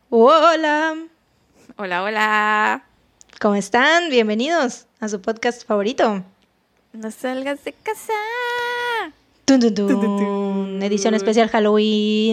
Hola, Hola, hola. ¿cómo están? Bienvenidos a su podcast favorito. No salgas de casa. Tun, tun, tun. Edición especial Halloween.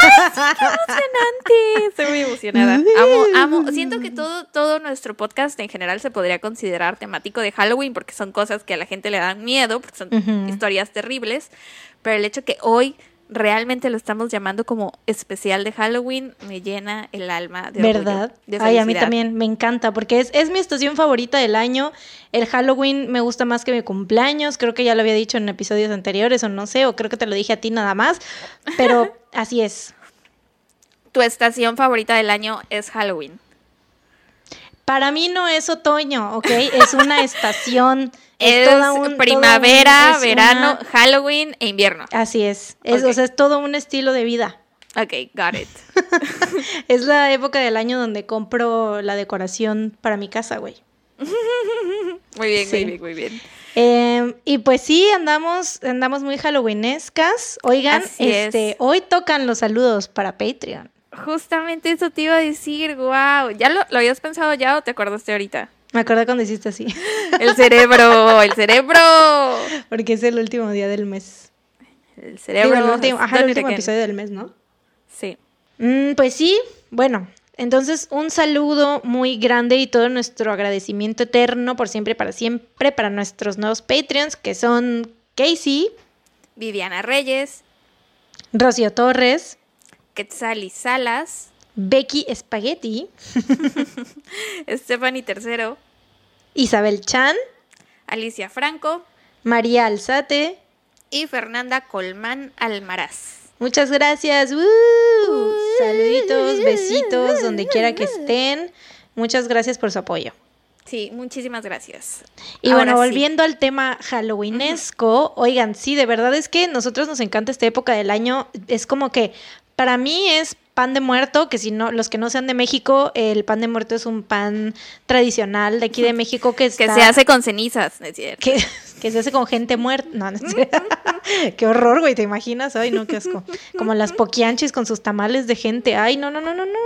Emocionante. Estoy muy emocionada. Amo. Siento que todo nuestro podcast en general se podría considerar temático de Halloween porque son cosas que a la gente le dan miedo, porque son historias terribles. Pero el hecho que hoy realmente lo estamos llamando como especial de Halloween me llena el alma de orgullo, ¿Verdad? de Ay, a mí felicidad. también me encanta porque es mi estación favorita del año. El Halloween me gusta más que mi cumpleaños. Creo que ya lo había dicho en episodios anteriores o no sé, o creo que te lo dije a ti nada más. Pero así es. Tu estación favorita del año es Halloween. Para mí no es otoño, ¿ok? Es una estación. Es primavera, verano, Halloween e invierno. Así es. Okay. O sea, es todo un estilo de vida. Ok, got it. Es la época del año donde compro la decoración para mi casa, güey. Muy bien, Sí. muy bien. Y pues sí, andamos muy halloweenescas. Oigan, Así es. hoy tocan los saludos para Patreon. Justamente eso te iba a decir, wow. ¿Ya lo habías pensado ya o te acordaste ahorita? Me acuerdo cuando hiciste así. El cerebro. Porque es el último día del mes. El cerebro. Digo, el último again. episodio del mes, ¿no? Sí. Pues sí, bueno. Entonces, un saludo muy grande y todo nuestro agradecimiento eterno por siempre, para siempre, para nuestros nuevos Patreons, que son Casey, Viviana Reyes, Rocío Torres, Quetzali Salas, Becky Spaghetti, Stephanie Tercero, Isabel Chan, Alicia Franco María Alzate. y Fernanda Colmán Almaraz. Muchas gracias. Saluditos, besitos, donde quiera que estén. Muchas gracias por su apoyo. Sí, muchísimas gracias. Y Ahora bueno, sí. volviendo al tema halloweenesco, oigan, sí, de verdad es que nosotros nos encanta esta época del año. Es como que para mí es pan de muerto, que si no, los que no sean de México, el pan de muerto es un pan tradicional de aquí de México que se hace con cenizas, ¿no es cierto? Que se hace con gente muerta. No, no es cierto. Qué horror, güey, ¿te imaginas? Ay, no, qué asco. Como las poquianchis con sus tamales de gente. Ay, no.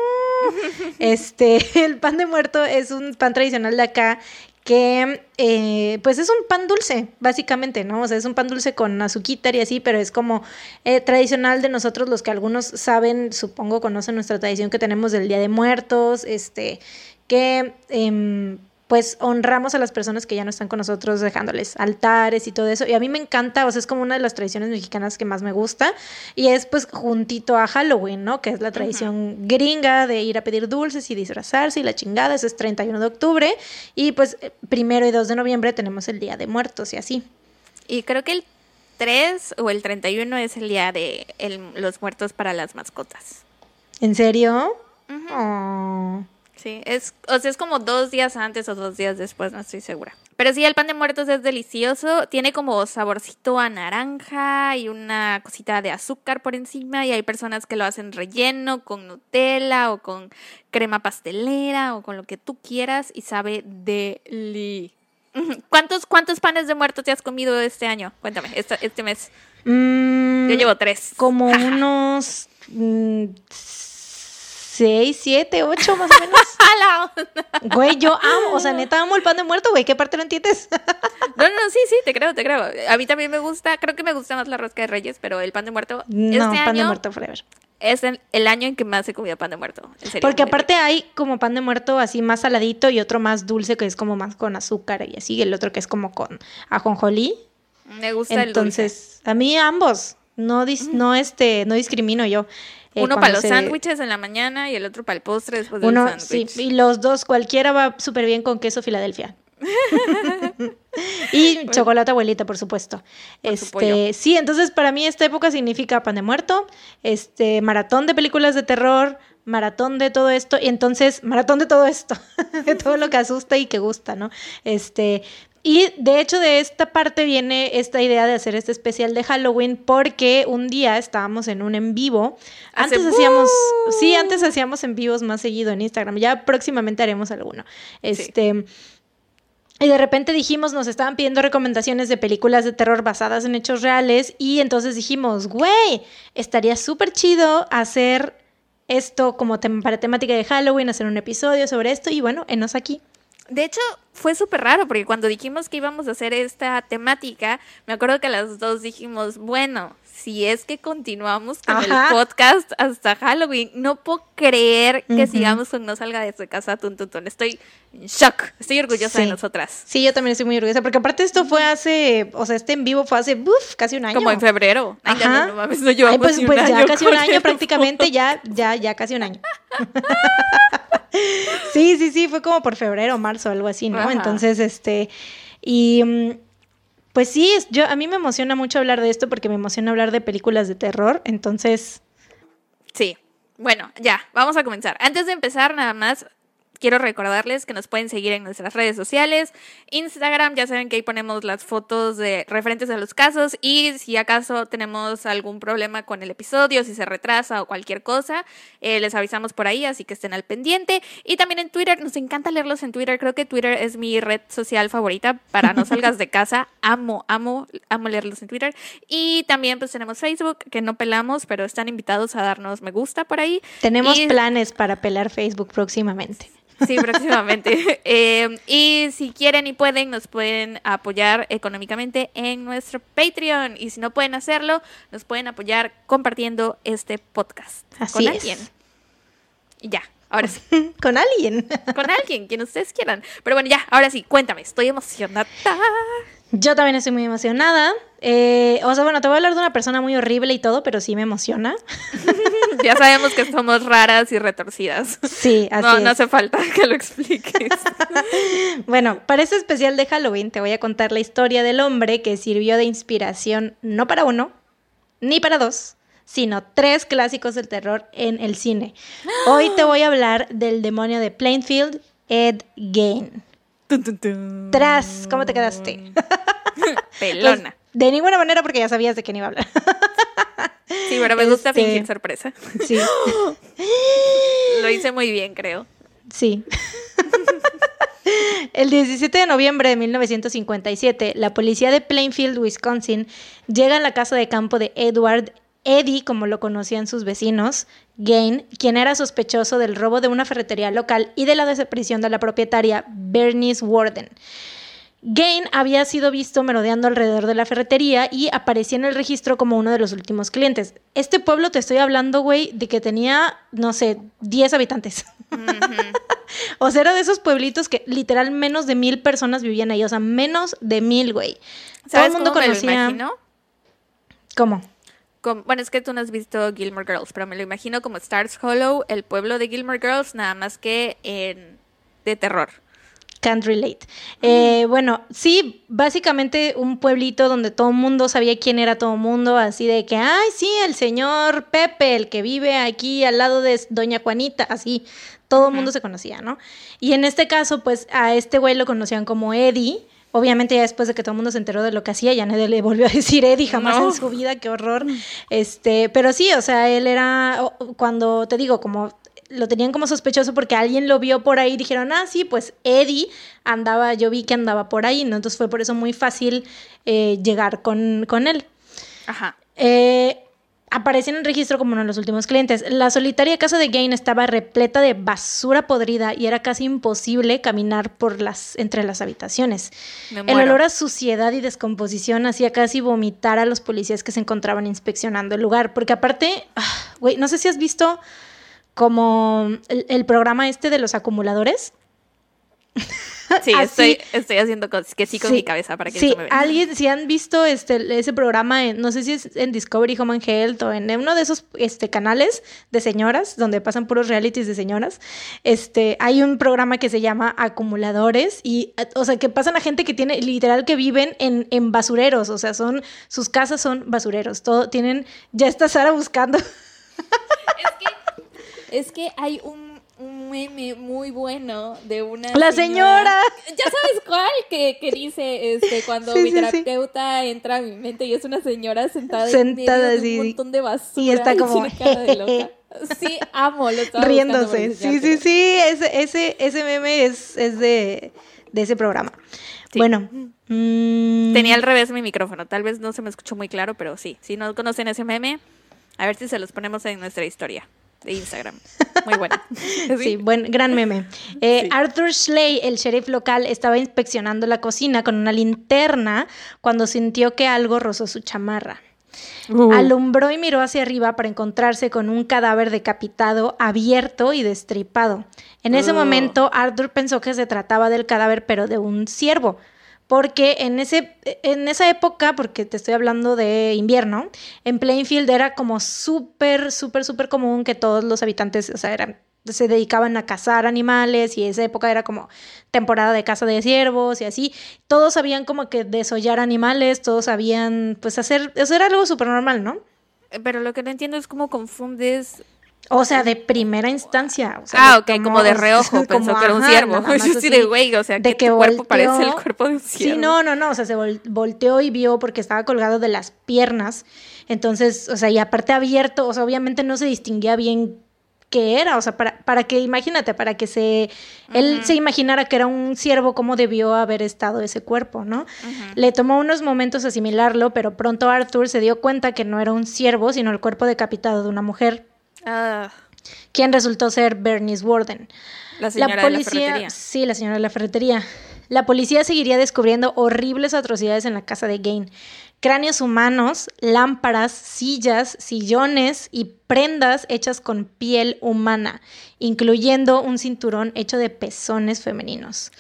El pan de muerto es un pan tradicional de acá que, pues es un pan dulce, básicamente, ¿no? O sea, es un pan dulce con azuquitar y así, pero es como tradicional de nosotros, los que algunos saben, supongo, conocen nuestra tradición que tenemos del Día de Muertos, que pues honramos a las personas que ya no están con nosotros, dejándoles altares y todo eso. Y a mí me encanta, o sea, es como una de las tradiciones mexicanas que más me gusta. Y es pues juntito a Halloween, ¿no? Que es la tradición gringa de ir a pedir dulces y disfrazarse y la chingada. Eso es 31 de octubre. Y pues 1 y 2 de noviembre tenemos el Día de Muertos y así. Y creo que el 3 o el 31 es el día de los muertos para las mascotas. ¿En serio? Uh-huh. Oh. Sí, es como 2 días antes o 2 días después, no estoy segura. Pero sí, el pan de muertos es delicioso. Tiene como saborcito a naranja y una cosita de azúcar por encima. Y hay personas que lo hacen relleno con Nutella o con crema pastelera o con lo que tú quieras y sabe deli. ¿Cuántos panes de muerto te has comido este año? Cuéntame, este mes. Yo llevo 3. Como unos 6, 7, 8 más o menos. ¡A la onda! Güey, yo amo, o sea, neta amo el pan de muerto, güey. ¿Qué parte no entiendes? No, sí, te creo. A mí también me gusta, creo que me gusta más la rosca de Reyes, pero el pan de muerto, No, este pan de año muerto forever. es el año en que más he comido pan de muerto. En serio. Porque aparte hay como pan de muerto así más saladito y otro más dulce que es como más con azúcar y así, y el otro que es como con ajonjolí. Me gusta Entonces, a mí ambos, no discrimino yo. Uno para los sándwiches en la mañana y el otro para el postre después del sándwich. Sí, y los dos, cualquiera va súper bien con queso Filadelfia. Y chocolate abuelita, por supuesto. Sí, entonces para mí esta época significa pan de muerto, maratón de películas de terror, maratón de todo esto, y entonces, maratón de todo esto, de todo lo que asusta y que gusta, ¿no? Y de hecho de esta parte viene esta idea de hacer este especial de Halloween porque un día estábamos en un en vivo. Antes hacíamos en vivos más seguido en Instagram. Ya próximamente haremos alguno. Sí. Y de repente dijimos, nos estaban pidiendo recomendaciones de películas de terror basadas en hechos reales y entonces dijimos, güey, estaría súper chido hacer esto como para temática de Halloween, hacer un episodio sobre esto y bueno, enos aquí. De hecho, fue súper raro porque cuando dijimos que íbamos a hacer esta temática, me acuerdo que las dos dijimos, bueno, si es que continuamos con el podcast hasta Halloween, no puedo creer que sigamos con No Salga de su casa, Tuntutun. Estoy en shock, estoy orgullosa de nosotras. Sí, yo también estoy muy orgullosa, porque aparte esto fue hace, o sea, este en vivo fue hace, casi un año. Como en febrero. Ajá. Ay, no mames, no llevamos pues, ni un pues año ya casi un año corriendo. prácticamente, ya casi un año. Sí, fue como por febrero o marzo, algo así, ¿no? Ajá. Entonces, pues sí, a mí me emociona mucho hablar de esto porque me emociona hablar de películas de terror, entonces... Sí, bueno, ya, vamos a comenzar. Antes de empezar, nada más, quiero recordarles que nos pueden seguir en nuestras redes sociales. Instagram, ya saben que ahí ponemos las fotos referentes a los casos y si acaso tenemos algún problema con el episodio, si se retrasa o cualquier cosa, les avisamos por ahí, así que estén al pendiente. Y también en Twitter, nos encanta leerlos en Twitter. Creo que Twitter es mi red social favorita para no salgas de casa. Amo leerlos en Twitter. Y también pues tenemos Facebook, que no pelamos, pero están invitados a darnos me gusta por ahí. Tenemos planes para pelar Facebook próximamente. Sí, próximamente. Y si quieren y pueden, nos pueden apoyar económicamente en nuestro Patreon. Y si no pueden hacerlo, nos pueden apoyar compartiendo este podcast. Así con es. alguien. Y ya, ahora sí. Con alguien. Con alguien, quien ustedes quieran. Pero bueno, ya, ahora sí, cuéntame, estoy emocionada. Yo también estoy muy emocionada. O sea, bueno, te voy a hablar de una persona muy horrible y todo, pero sí me emociona. Ya sabemos que somos raras y retorcidas. Sí, así es. No hace falta que lo expliques. Bueno, para este especial de Halloween te voy a contar la historia del hombre que sirvió de inspiración no para uno, ni para dos, sino 3 clásicos del terror en el cine. Hoy te voy a hablar del demonio de Plainfield, Ed Gein. Tun, tun, tun. Tras, ¿cómo te quedaste? Pelona. Pues, de ninguna manera porque ya sabías de quién iba a hablar. Sí, pero me gusta fingir sorpresa. Sí. Lo hice muy bien, creo. Sí. El 17 de noviembre de 1957, la policía de Plainfield, Wisconsin, llega a la casa de campo de Edward Eddie, como lo conocían sus vecinos, Gein, quien era sospechoso del robo de una ferretería local y de la desaparición de la propietaria Bernice Warden. Gein había sido visto merodeando alrededor de la ferretería y aparecía en el registro como uno de los últimos clientes. Este pueblo, te estoy hablando, güey, de que tenía, no sé, 10 habitantes. O sea, era de esos pueblitos que literal menos de 1,000 personas vivían ahí. O sea, menos de 1,000, güey. Todo el mundo conocía. Me lo imagino? ¿Cómo? Bueno, es que tú no has visto Gilmore Girls, pero me lo imagino como Stars Hollow, el pueblo de Gilmore Girls, nada más que de terror. Can't relate. Bueno, sí, básicamente un pueblito donde todo el mundo sabía quién era todo el mundo, así de que, ay, sí, el señor Pepe, el que vive aquí al lado de doña Juanita, así, todo el mundo se conocía, ¿no? Y en este caso, pues, a este güey lo conocían como Eddie. Obviamente ya después de que todo el mundo se enteró de lo que hacía, ya nadie le volvió a decir Eddie jamás en su vida, qué horror. Pero sí, o sea, él era, cuando te digo, como lo tenían como sospechoso porque alguien lo vio por ahí, dijeron, ah, sí, pues Eddie andaba, yo vi que andaba por ahí, ¿no? Entonces fue por eso muy fácil llegar con él. Ajá. Apareció en el registro como uno de los últimos clientes. La solitaria casa de Gein estaba repleta de basura podrida y era casi imposible caminar entre las habitaciones. El olor a suciedad y descomposición hacía casi vomitar a los policías que se encontraban inspeccionando el lugar. Porque aparte, güey, no sé si has visto como el programa este de los acumuladores. Sí, estoy haciendo cosas que sí con mi cabeza para que sí, eso me vea. Si han visto ese programa, no sé si es en Discovery Home and Health o en uno de esos canales de señoras, donde pasan puros realities de señoras, hay un programa que se llama Acumuladores y, o sea, que pasan a gente que tiene, literal, que viven en basureros, o sea, sus casas son basureros, todo tienen, ya está Sara buscando. Es que hay un meme muy bueno de una ¡La señora! ¿Ya sabes cuál? Que dice cuando mi terapeuta entra a mi mente y es una señora sentada en medio de un montón de basura y está como y cara de loca. Sí, amo, lo estaba riéndose. Sí, ese meme es de ese programa. Sí. Bueno. Tenía al revés mi micrófono, tal vez no se me escuchó muy claro, pero sí. Si no conocen ese meme, a ver si se los ponemos en nuestra historia. de Instagram. Muy buena. Sí, gran meme. Sí. Arthur Schley, el sheriff local, estaba inspeccionando la cocina con una linterna cuando sintió que algo rozó su chamarra. Alumbró y miró hacia arriba para encontrarse con un cadáver decapitado, abierto y destripado. En ese momento, Arthur pensó que se trataba del cadáver, pero de un ciervo. Porque en esa época, porque te estoy hablando de invierno, en Plainfield era como súper común que todos los habitantes, o sea, se dedicaban a cazar animales, y esa época era como temporada de caza de ciervos y así. Todos sabían como que desollar animales, todos sabían pues hacer, eso era algo súper normal, ¿no? Pero lo que no entiendo es cómo confundes... O sea, de primera instancia. O sea, ok, como de reojo, pensó que era un ciervo. Yo sí de güey, o sea, que tu cuerpo parece el cuerpo de un ciervo. Sí, no, o sea, se volteó y vio porque estaba colgado de las piernas. Entonces, o sea, y aparte abierto, o sea, obviamente no se distinguía bien qué era, o sea, para que, imagínate, para que él se imaginara que era un ciervo, cómo debió haber estado ese cuerpo, ¿no? Le tomó unos momentos asimilarlo, pero pronto Arthur se dio cuenta que no era un ciervo, sino el cuerpo decapitado de una mujer. Quien resultó ser Bernice Worden. La señora de la ferretería. Sí, la señora de la ferretería. La policía seguiría descubriendo horribles atrocidades en la casa de Gain. Cráneos humanos, lámparas, sillas, sillones y prendas hechas con piel humana, incluyendo un cinturón hecho de pezones femeninos.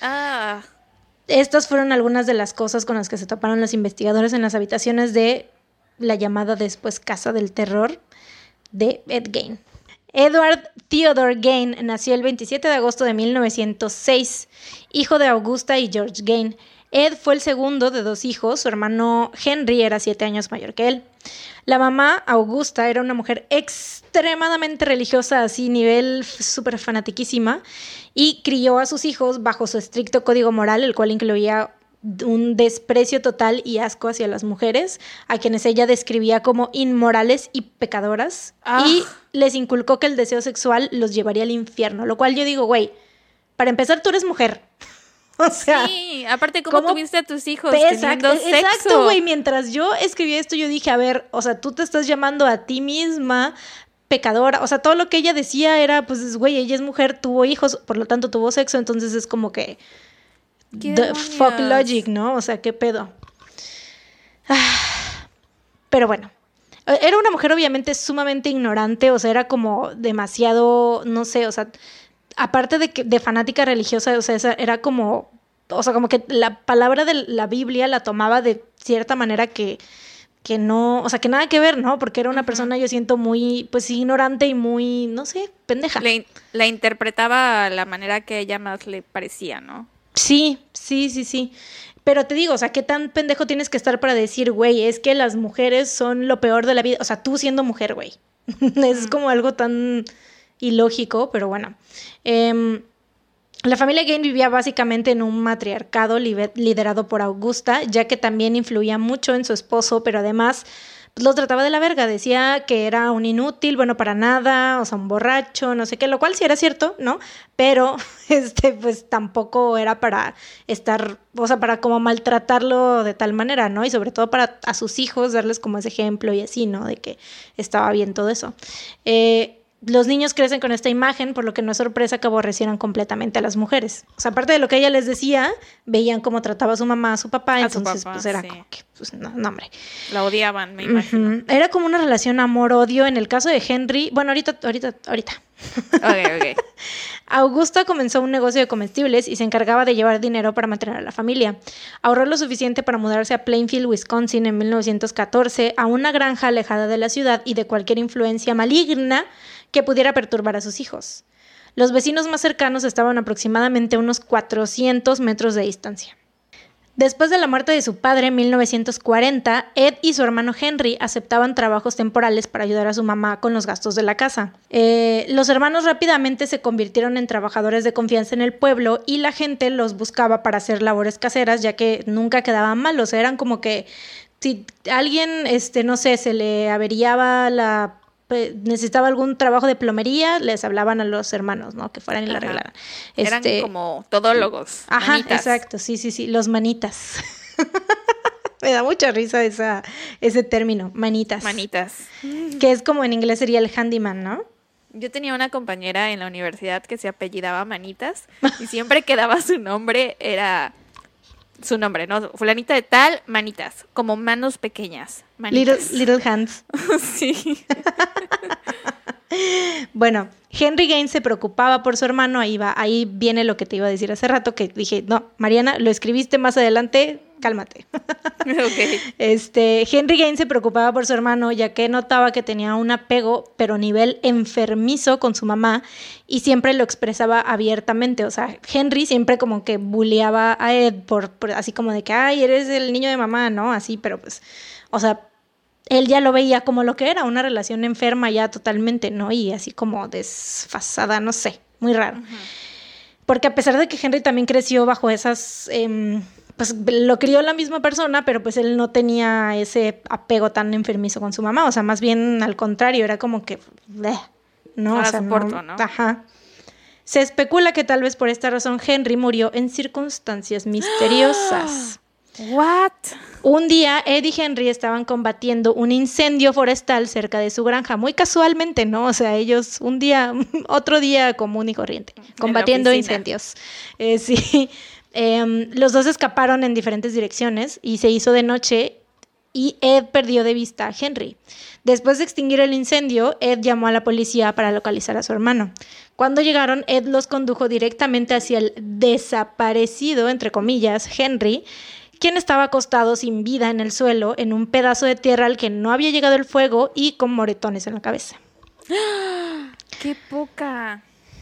Estas fueron algunas de las cosas con las que se toparon los investigadores en las habitaciones de la llamada después Casa del Terror de Ed Gein. Edward Theodore Gain nació el 27 de agosto de 1906, hijo de Augusta y George Gain. Ed fue el segundo de 2 hijos, su hermano Henry era 7 años mayor que él. La mamá, Augusta, era una mujer extremadamente religiosa, así nivel súper fanatiquísima, y crió a sus hijos bajo su estricto código moral, el cual incluía un desprecio total y asco hacia las mujeres, a quienes ella describía como inmorales y pecadoras, y les inculcó que el deseo sexual los llevaría al infierno, lo cual yo digo, güey, para empezar tú eres mujer. O sea, sí, aparte, ¿cómo tuviste a tus hijos teniendo sexo? Exacto, güey, mientras yo escribía esto yo dije, a ver, o sea, tú te estás llamando a ti misma pecadora, o sea, todo lo que ella decía era, pues, güey, ella es mujer, tuvo hijos, por lo tanto tuvo sexo, entonces es como que the fuck logic, ¿no? O sea, qué pedo. Pero bueno, era una mujer obviamente sumamente ignorante, o sea, era como demasiado, no sé, o sea, aparte de fanática religiosa, o sea, era como, o sea, como que la palabra de la Biblia la tomaba de cierta manera que no, o sea, que nada que ver, ¿no? Porque era una persona, yo siento, muy, pues, ignorante y muy, no sé, pendeja. La interpretaba a la manera que a ella más le parecía, ¿no? Sí. Pero te digo, o sea, ¿qué tan pendejo tienes que estar para decir, güey, es que las mujeres son lo peor de la vida? O sea, tú siendo mujer, güey. Es como algo tan ilógico, pero bueno. La familia Gain vivía básicamente en un matriarcado liderado por Augusta, ya que también influía mucho en su esposo, pero además pues, lo trataba de la verga. Decía que era un inútil, bueno para nada, o sea, un borracho, no sé qué, lo cual sí era cierto, ¿no? Pero pues tampoco era para estar, o sea, para como maltratarlo de tal manera, ¿no? Y sobre todo para a sus hijos darles como ese ejemplo y así, ¿no? De que estaba bien todo eso. Los niños crecen con esta imagen, por lo que no es sorpresa que aborrecieran completamente a las mujeres. O sea, aparte de lo que ella les decía, veían cómo trataba a su mamá, a su papá, entonces pues era como que, pues no, hombre. La odiaban, me imagino. Era como una relación amor-odio. En el caso de Henry, bueno, ahorita. Okay. Augusta comenzó un negocio de comestibles y se encargaba de llevar dinero para mantener a la familia. Ahorró lo suficiente para mudarse a Plainfield, Wisconsin en 1914, a una granja alejada de la ciudad y de cualquier influencia maligna que pudiera perturbar a sus hijos. Los vecinos más cercanos estaban aproximadamente a unos 400 metros de distancia. Después de la muerte de su padre en 1940, Ed y su hermano Henry aceptaban trabajos temporales para ayudar a su mamá con los gastos de la casa. Los hermanos rápidamente se convirtieron en trabajadores de confianza en el pueblo y la gente los buscaba para hacer labores caseras, ya que nunca quedaban mal. O sea, eran como que si alguien, no sé, se le averiaba necesitaba algún trabajo de plomería, les hablaban a los hermanos, ¿no? Que fueran y la arreglaran. Eran como todólogos. Ajá, manitas. Exacto, sí, los manitas. Me da mucha risa ese término, manitas. Manitas. Que es como en inglés sería el handyman, ¿no? Yo tenía una compañera en la universidad que se apellidaba Manitas y siempre que daba su nombre era su nombre, ¿no? Fulanita de tal, Manitas, como manos pequeñas. Manitas. Little hands. Sí. Bueno, Henry Gaines se preocupaba por su hermano, ahí viene lo que te iba a decir hace rato, que dije, no, Mariana, lo escribiste más adelante, cálmate. Okay. Henry Gaines se preocupaba por su hermano, ya que notaba que tenía un apego, pero a nivel enfermizo con su mamá, y siempre lo expresaba abiertamente. O sea, Henry siempre como que bulleaba a Ed por así como de que, ay, eres el niño de mamá, ¿no? Así, pero pues, o sea, él ya lo veía como lo que era, una relación enferma ya totalmente, ¿no? Y así como desfasada, no sé, muy raro. Uh-huh. Porque a pesar de que Henry también creció bajo esas, pues lo crió la misma persona, pero pues él no tenía ese apego tan enfermizo con su mamá, o sea, más bien al contrario, era como que, ¿no? Ahora o sea, soporto, ¿no? Ajá. Se especula que tal vez por esta razón Henry murió en circunstancias misteriosas. What? Un día, Ed y Henry estaban combatiendo un incendio forestal cerca de su granja, muy casualmente, ¿no? O sea, ellos otro día común y corriente, combatiendo incendios. Sí. Los dos escaparon en diferentes direcciones y se hizo de noche y Ed perdió de vista a Henry. Después de extinguir el incendio, Ed llamó a la policía para localizar a su hermano. Cuando llegaron, Ed los condujo directamente hacia el desaparecido, entre comillas, Henry, quien estaba acostado sin vida en el suelo, en un pedazo de tierra al que no había llegado el fuego y con moretones en la cabeza. ¡Qué poca!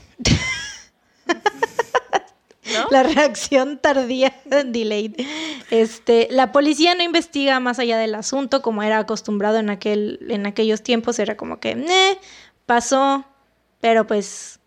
¿No? La reacción tardía, delayed. La policía no investiga más allá del asunto, como era acostumbrado en aquellos tiempos. Era como que, pasó, pero pues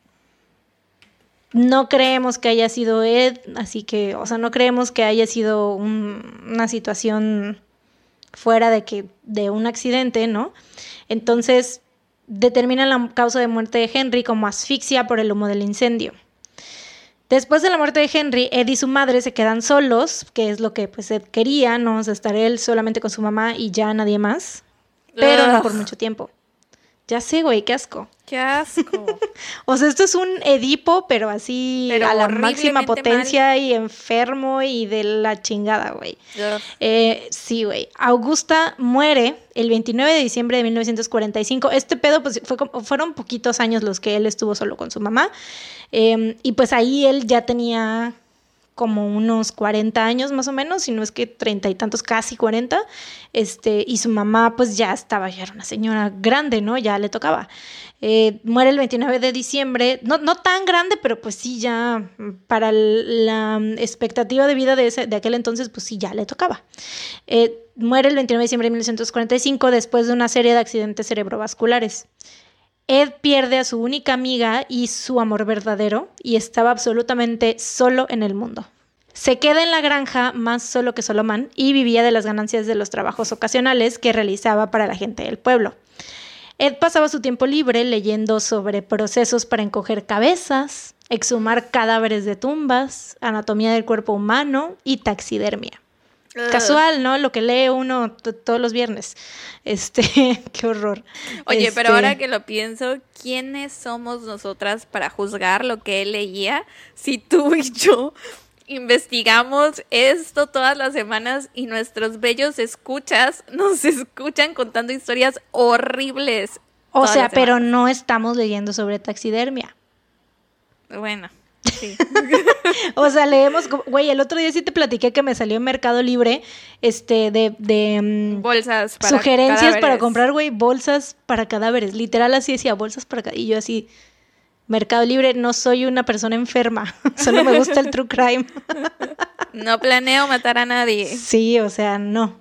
no creemos que haya sido Ed, así que, o sea, no creemos que haya sido una situación fuera de un accidente, ¿no? Entonces, determinan la causa de muerte de Henry como asfixia por el humo del incendio. Después de la muerte de Henry, Ed y su madre se quedan solos, que es lo que pues Ed quería, ¿no? O sea, estar él solamente con su mamá y ya nadie más, pero no por mucho tiempo. Ya sé, güey, qué asco. ¡Qué asco! O sea, esto es un Edipo, pero así a la máxima potencia mal. Y enfermo y de la chingada, güey. Sí, güey. Augusta muere el 29 de diciembre de 1945. Este pedo, pues, fueron poquitos años los que él estuvo solo con su mamá. Y pues ahí él ya tenía como unos 40 años más o menos, si no es que 30 y tantos, casi 40, y su mamá pues ya era una señora grande, ¿no? Ya le tocaba. Muere el 29 de diciembre, no tan grande, pero pues sí ya para la expectativa de vida de aquel entonces, pues sí ya le tocaba. Muere el 29 de diciembre de 1945 después de una serie de accidentes cerebrovasculares. Ed pierde a su única amiga y su amor verdadero y estaba absolutamente solo en el mundo. Se queda en la granja más solo que Solomon y vivía de las ganancias de los trabajos ocasionales que realizaba para la gente del pueblo. Ed pasaba su tiempo libre leyendo sobre procesos para encoger cabezas, exhumar cadáveres de tumbas, anatomía del cuerpo humano y taxidermia. Casual, ¿no? Lo que lee uno todos los viernes. Qué horror. Oye, pero ahora que lo pienso, ¿quiénes somos nosotras para juzgar lo que él leía? Si tú y yo investigamos esto todas las semanas y nuestros bellos escuchas nos escuchan contando historias horribles. O sea, pero no estamos leyendo sobre taxidermia. Bueno. Sí. O sea, leemos, güey, el otro día sí te platiqué que me salió en Mercado Libre de bolsas para sugerencias cadáveres. Para comprar, güey, bolsas para cadáveres, literal así decía, bolsas para cadáveres, y yo así, Mercado Libre, no soy una persona enferma, solo me gusta el true crime. No planeo matar a nadie. Sí, o sea, no.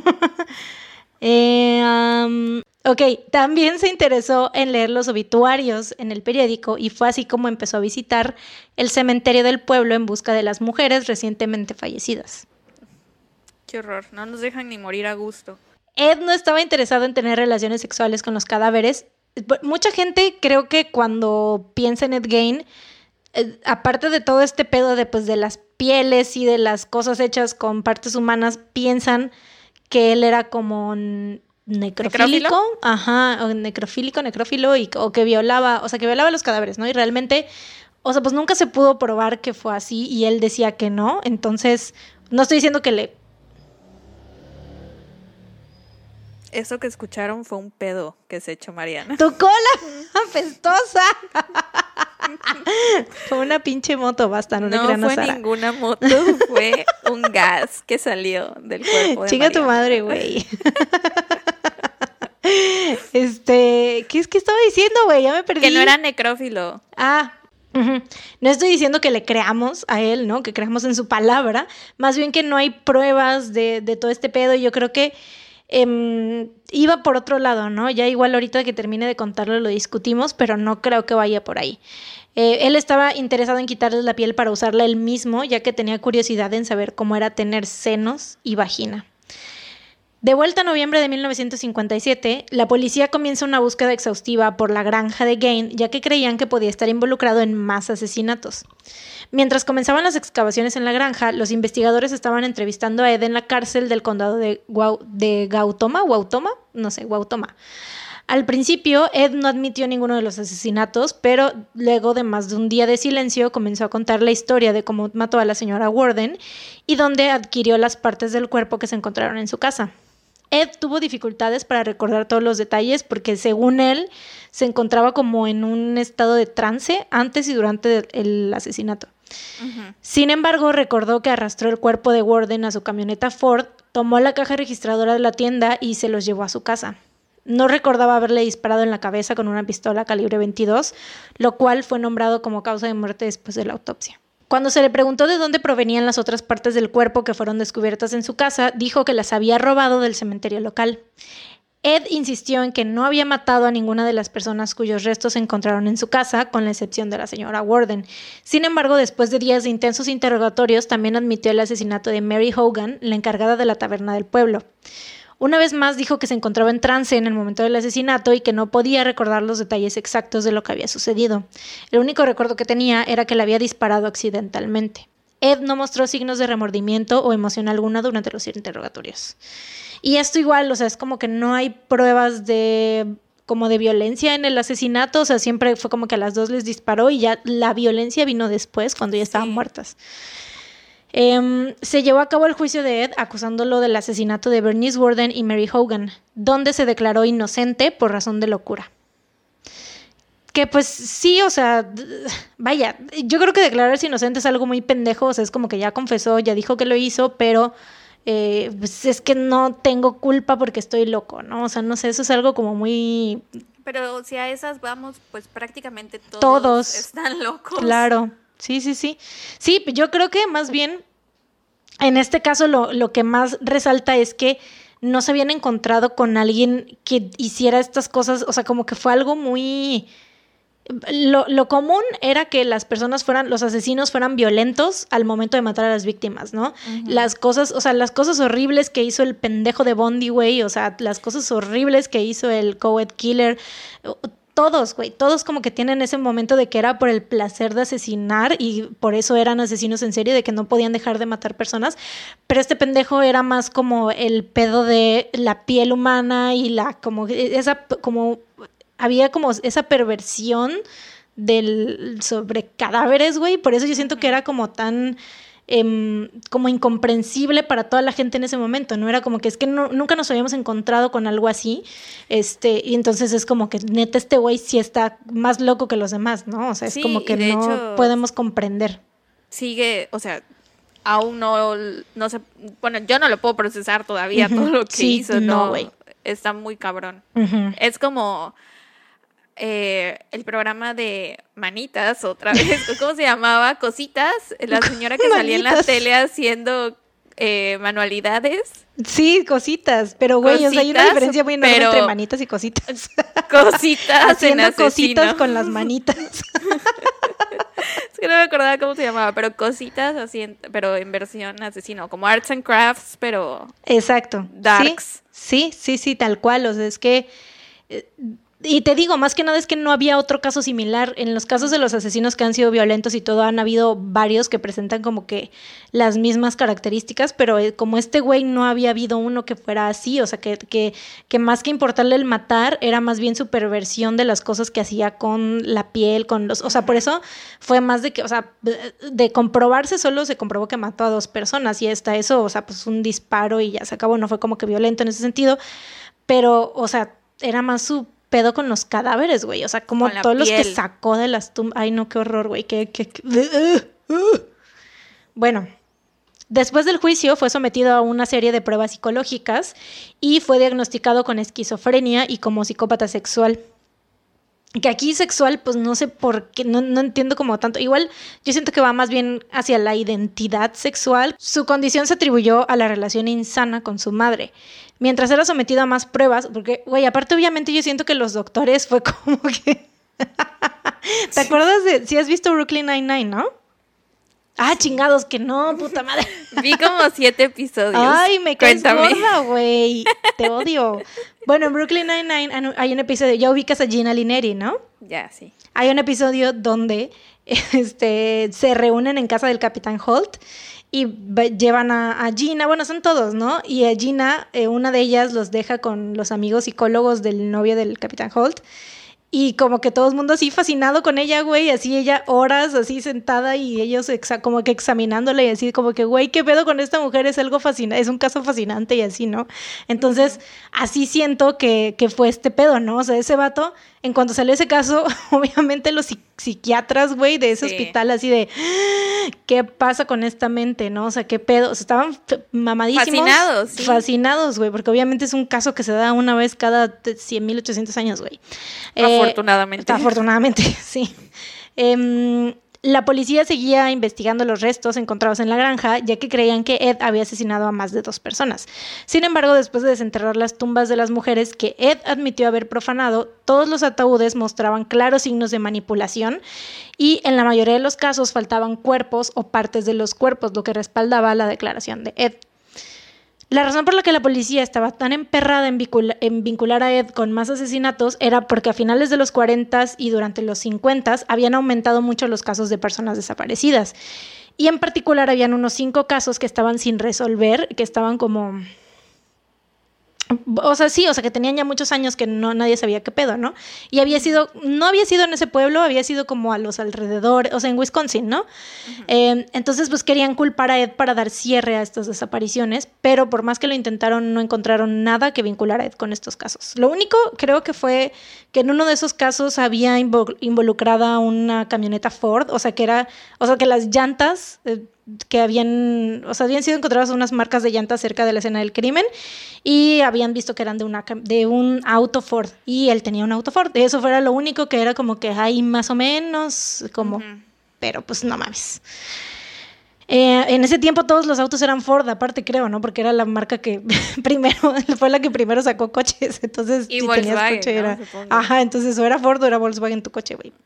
Ok, también se interesó en leer los obituarios en el periódico y fue así como empezó a visitar el cementerio del pueblo en busca de las mujeres recientemente fallecidas. Qué horror, no nos dejan ni morir a gusto. Ed no estaba interesado en tener relaciones sexuales con los cadáveres. Mucha gente creo que cuando piensa en Ed Gein, aparte de todo este pedo de las pieles y de las cosas hechas con partes humanas, piensan que él era como necrofílico, ajá, o necrófilo, o que violaba, o sea, que violaba los cadáveres, ¿no? Y realmente, o sea, pues nunca se pudo probar que fue así y él decía que no, entonces no estoy diciendo que le... Eso que escucharon fue un pedo que se echó Mariana. ¡Tu cola apestosa! Fue una pinche moto, basta, no le crean a Sara. No fue ninguna moto, fue un gas que salió del cuerpo de Chica Mariana. tu madre, güey. ¿Qué es que estaba diciendo, güey? Ya me perdí. Que no era necrófilo. No estoy diciendo que le creamos a él, ¿no? Que creamos en su palabra. Más bien que no hay pruebas de todo este pedo. Y yo creo que iba por otro lado, ¿no? Ya igual ahorita que termine de contarlo lo discutimos, pero no creo que vaya por ahí. Él estaba interesado en quitarles la piel para usarla él mismo, ya que tenía curiosidad en saber cómo era tener senos y vagina. De vuelta a noviembre de 1957, la policía comienza una búsqueda exhaustiva por la granja de Gain, ya que creían que podía estar involucrado en más asesinatos. Mientras comenzaban las excavaciones en la granja, los investigadores estaban entrevistando a Ed en la cárcel del condado de Gautama. Al principio, Ed no admitió ninguno de los asesinatos, pero luego de más de un día de silencio comenzó a contar la historia de cómo mató a la señora Warden y dónde adquirió las partes del cuerpo que se encontraron en su casa. Ed tuvo dificultades para recordar todos los detalles porque, según él, se encontraba como en un estado de trance antes y durante el asesinato. Uh-huh. Sin embargo, recordó que arrastró el cuerpo de Warden a su camioneta Ford, tomó la caja registradora de la tienda y se los llevó a su casa. No recordaba haberle disparado en la cabeza con una pistola calibre 22, lo cual fue nombrado como causa de muerte después de la autopsia. Cuando se le preguntó de dónde provenían las otras partes del cuerpo que fueron descubiertas en su casa, dijo que las había robado del cementerio local. Ed insistió en que no había matado a ninguna de las personas cuyos restos se encontraron en su casa, con la excepción de la señora Warden. Sin embargo, después de días de intensos interrogatorios, también admitió el asesinato de Mary Hogan, la encargada de la taberna del pueblo. Una vez más dijo que se encontraba en trance en el momento del asesinato y que no podía recordar los detalles exactos de lo que había sucedido. El único recuerdo que tenía era que le había disparado accidentalmente. Ed no mostró signos de remordimiento o emoción alguna durante los interrogatorios. Y esto igual, o sea, es como que no hay pruebas de violencia en el asesinato, o sea, siempre fue como que a las dos les disparó y ya la violencia vino después, cuando ya estaban muertas. Se llevó a cabo el juicio de Ed acusándolo del asesinato de Bernice Warden y Mary Hogan, donde se declaró inocente por razón de locura. Que pues sí, o sea, vaya, yo creo que declararse inocente es algo muy pendejo, o sea, es como que ya confesó, ya dijo que lo hizo, pero pues es que no tengo culpa porque estoy loco, ¿no? O sea, no sé, eso es algo como muy... Pero si a esas vamos, pues prácticamente todos están locos. Claro. Sí. Sí, yo creo que más bien en este caso lo que más resalta es que no se habían encontrado con alguien que hiciera estas cosas, o sea, como que fue algo muy... Lo común era que los asesinos fueran violentos al momento de matar a las víctimas, ¿no? Uh-huh. Las cosas horribles que hizo el pendejo de Bundy, güey, o sea, las cosas horribles que hizo el co-ed killer... Todos como que tienen ese momento de que era por el placer de asesinar y por eso eran asesinos en serie, de que no podían dejar de matar personas, pero este pendejo era más como el pedo de la piel humana y había como esa perversión sobre cadáveres, güey, por eso yo siento que era como tan... como incomprensible para toda la gente en ese momento, ¿no? Era como que es que nunca nos habíamos encontrado con algo así, y entonces es como que neta este güey sí está más loco que los demás, ¿no? O sea, es como que no hecho, podemos comprender. Sigue, o sea, aún no sé, bueno, yo no lo puedo procesar todavía, todo lo que hizo, no, güey. Está muy cabrón. Es como... el programa de Manitas, otra vez, ¿cómo se llamaba? Cositas, la señora que salía en la tele haciendo manualidades. Sí, Cositas, pero güey, o sea, hay una diferencia muy enorme entre Manitas y Cositas. Cositas haciendo cositas con las manitas. Es que no me acordaba cómo se llamaba, pero Cositas pero en versión asesino, como Arts and Crafts, pero... Exacto. Darks. Sí, tal cual, o sea, es que... Y te digo, más que nada es que no había otro caso similar. En los casos de los asesinos que han sido violentos y todo, han habido varios que presentan como que las mismas características, pero como este güey no había habido uno que fuera así, o sea, que más que importarle el matar, era más bien su perversión de las cosas que hacía con la piel, con los... O sea, por eso fue más de que, o sea, de comprobarse solo se comprobó que mató a 2 personas y hasta eso, o sea, pues un disparo y ya se acabó, no fue como que violento en ese sentido, pero, o sea, era más su pedo con los cadáveres, güey. O sea, como todos piel. Los que sacó de las tumbas. Ay, no, qué horror, güey. Bueno, después del juicio fue sometido a una serie de pruebas psicológicas y fue diagnosticado con esquizofrenia y como psicópata sexual. Que aquí sexual, pues no sé por qué, no entiendo como tanto. Igual yo siento que va más bien hacia la identidad sexual. Su condición se atribuyó a la relación insana con su madre. Mientras era sometido a más pruebas, porque, güey, aparte obviamente yo siento que los doctores fue como que... ¿Te acuerdas de... Si has visto Brooklyn Nine-Nine, ¿no? Ah, chingados, que no, puta madre. Vi como 7 episodios. Ay, me caes gorda, güey. Te odio. Bueno, en Brooklyn Nine-Nine hay un episodio, ya ubicas a Gina Lineri, ¿no? Ya, sí. Hay un episodio donde se reúnen en casa del Capitán Holt y llevan a Gina, bueno, son todos, ¿no? Y a Gina, una de ellas los deja con los amigos psicólogos del novio del Capitán Holt. Y como que todo el mundo así fascinado con ella, güey, así ella horas así sentada y ellos como que examinándola y así como que, güey, ¿qué pedo con esta mujer? Es algo fascinante, es un caso fascinante y así, ¿no? Entonces, así siento que fue este pedo, ¿no? O sea, ese vato, en cuanto salió ese caso, obviamente los psiquiatras, güey, de ese hospital así de, ¿qué pasa con esta mente, no? O sea, ¿qué pedo? O sea, estaban mamadísimos. Fascinados, sí. Fascinados, güey, porque obviamente es un caso que se da una vez cada 100,800 años, güey. Afortunadamente. Afortunadamente, sí. La policía seguía investigando los restos encontrados en la granja, ya que creían que Ed había asesinado a más de 2 personas. Sin embargo, después de desenterrar las tumbas de las mujeres que Ed admitió haber profanado, todos los ataúdes mostraban claros signos de manipulación y en la mayoría de los casos faltaban cuerpos o partes de los cuerpos, lo que respaldaba la declaración de Ed. La razón por la que la policía estaba tan emperrada en vincular a Ed con más asesinatos era porque a finales de los 40s y durante los 50s habían aumentado mucho los casos de personas desaparecidas. Y en particular habían unos 5 casos que estaban sin resolver, que estaban como... O sea, sí, o sea, que tenían ya muchos años que nadie sabía qué pedo, ¿no? Y no había sido en ese pueblo, había sido como a los alrededores, o sea, en Wisconsin, ¿no? Entonces, pues querían culpar a Ed para dar cierre a estas desapariciones, pero por más que lo intentaron, no encontraron nada que vinculara a Ed con estos casos. Lo único, creo que fue que en uno de esos casos había involucrada una camioneta Ford, o sea, que las llantas... que habían sido encontradas unas marcas de llantas cerca de la escena del crimen y habían visto que eran de un auto Ford y él tenía un auto Ford. Eso fuera lo único que era como que hay más o menos, como, pero pues no mames. En ese tiempo todos los autos eran Ford, aparte creo, ¿no? Porque era la marca que fue la que primero sacó coches. Entonces, y si Volkswagen, tenías coche era... ¿no? Ajá, entonces o era Ford o era Volkswagen tu coche, güey.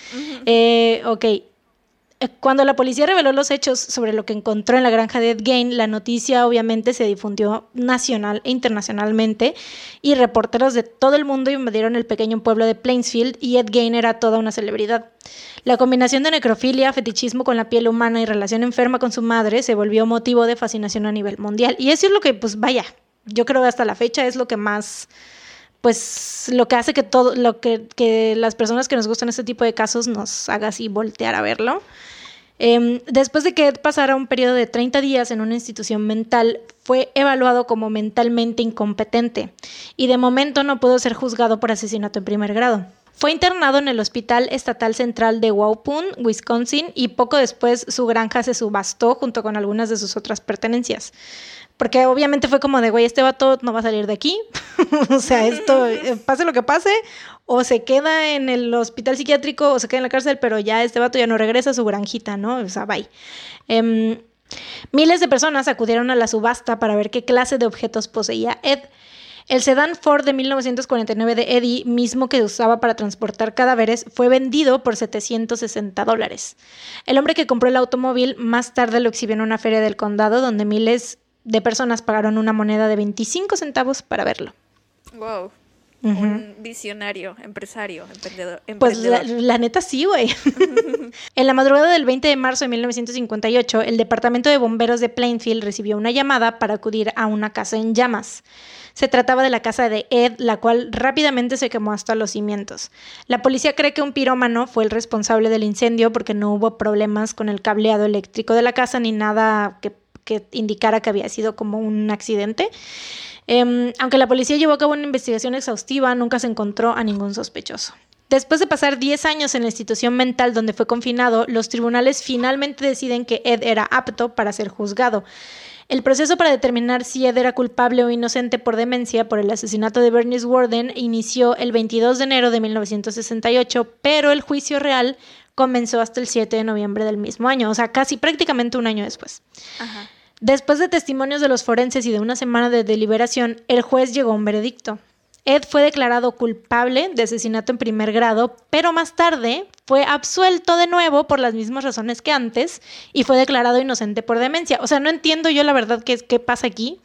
Ok. Cuando la policía reveló los hechos sobre lo que encontró en la granja de Ed Gein, la noticia obviamente se difundió nacional e internacionalmente y reporteros de todo el mundo invadieron el pequeño pueblo de Plainsfield y Ed Gein era toda una celebridad. La combinación de necrofilia, fetichismo con la piel humana y relación enferma con su madre se volvió motivo de fascinación a nivel mundial. Y eso es lo que, pues vaya, yo creo que hasta la fecha es lo que más... pues lo que hace que las personas que nos gustan este tipo de casos nos haga así voltear a verlo. Después de que Ed pasara un periodo de 30 días en una institución mental, fue evaluado como mentalmente incompetente y de momento no pudo ser juzgado por asesinato en primer grado. Fue internado en el Hospital Estatal Central de Waupun, Wisconsin, y poco después su granja se subastó junto con algunas de sus otras pertenencias. Porque obviamente fue como de, güey, este vato no va a salir de aquí. O sea, esto, pase lo que pase, o se queda en el hospital psiquiátrico o se queda en la cárcel, pero ya este vato ya no regresa a su granjita, ¿no? O sea, bye. Miles de personas acudieron a la subasta para ver qué clase de objetos poseía Ed. El sedán Ford de 1949 de Eddie, mismo que usaba para transportar cadáveres, fue vendido por $760. El hombre que compró el automóvil más tarde lo exhibió en una feria del condado donde miles de personas pagaron una moneda de 25 centavos para verlo. Wow. un visionario, empresario, Pues emprendedor. la neta sí, güey. En la madrugada del 20 de marzo de 1958, el departamento de bomberos de Plainfield recibió una llamada para acudir a una casa en llamas. Se trataba de la casa de Ed, la cual rápidamente se quemó hasta los cimientos. La policía cree que un pirómano fue el responsable del incendio porque no hubo problemas con el cableado eléctrico de la casa ni nada que indicara que había sido como un accidente. Aunque la policía llevó a cabo una investigación exhaustiva, nunca se encontró a ningún sospechoso. Después de pasar 10 años en la institución mental donde fue confinado, los tribunales finalmente deciden que Ed era apto para ser juzgado. El proceso para determinar si Ed era culpable o inocente por demencia por el asesinato de Bernice Worden inició el 22 de enero de 1968, pero el juicio real comenzó hasta el 7 de noviembre del mismo año, o sea, casi prácticamente un año después. Ajá. Después de testimonios de los forenses y de una semana de deliberación, el juez llegó a un veredicto. Ed fue declarado culpable de asesinato en primer grado, pero más tarde fue absuelto de nuevo por las mismas razones que antes y fue declarado inocente por demencia. O sea, no entiendo yo la verdad qué pasa aquí.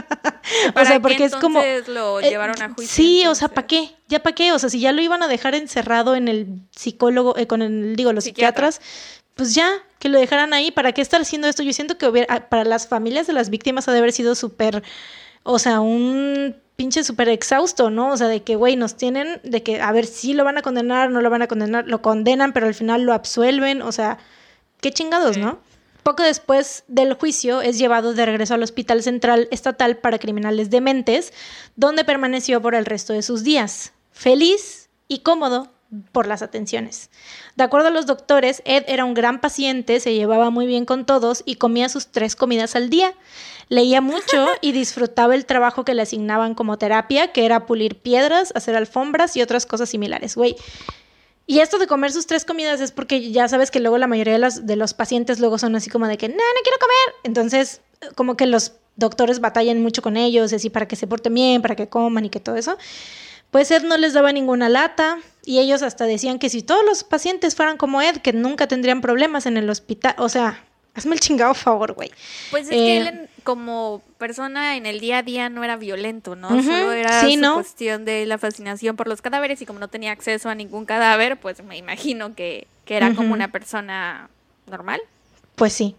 O sea, porque es como lo llevaron a juicio. Sí, entonces. o sea, ¿para qué? ¿Ya para qué? O sea, si ya lo iban a dejar encerrado en el psicólogo, los psiquiatras, pues ya, que lo dejaran ahí. ¿Para qué estar haciendo esto? Yo siento que para las familias de las víctimas ha de haber sido súper, o sea, un pinche súper exhausto, ¿no? O sea, de que, güey, nos tienen, de que, a ver, si lo van a condenar, no lo van a condenar, lo condenan, pero al final lo absuelven, o sea, qué chingados, ¿no? Poco después del juicio es llevado de regreso al Hospital Central Estatal para Criminales Dementes, donde permaneció por el resto de sus días, feliz y cómodo por las atenciones. De acuerdo a los doctores, Ed era un gran paciente, se llevaba muy bien con todos y comía sus 3 comidas al día. Leía mucho y disfrutaba el trabajo que le asignaban como terapia, que era pulir piedras, hacer alfombras y otras cosas similares. Güey. Y esto de comer sus 3 comidas es porque ya sabes que luego la mayoría de los pacientes luego son así como de que, no quiero comer. Entonces, como que los doctores batallan mucho con ellos, así para que se porten bien, para que coman y que todo eso. Pues Ed no les daba ninguna lata y ellos hasta decían que si todos los pacientes fueran como Ed, que nunca tendrían problemas en el hospital. O sea, hazme el chingado favor, güey. Pues es que él como persona en el día a día no era violento, ¿no? Solo era su cuestión de la fascinación por los cadáveres y como no tenía acceso a ningún cadáver, pues me imagino que era como una persona normal. Pues sí.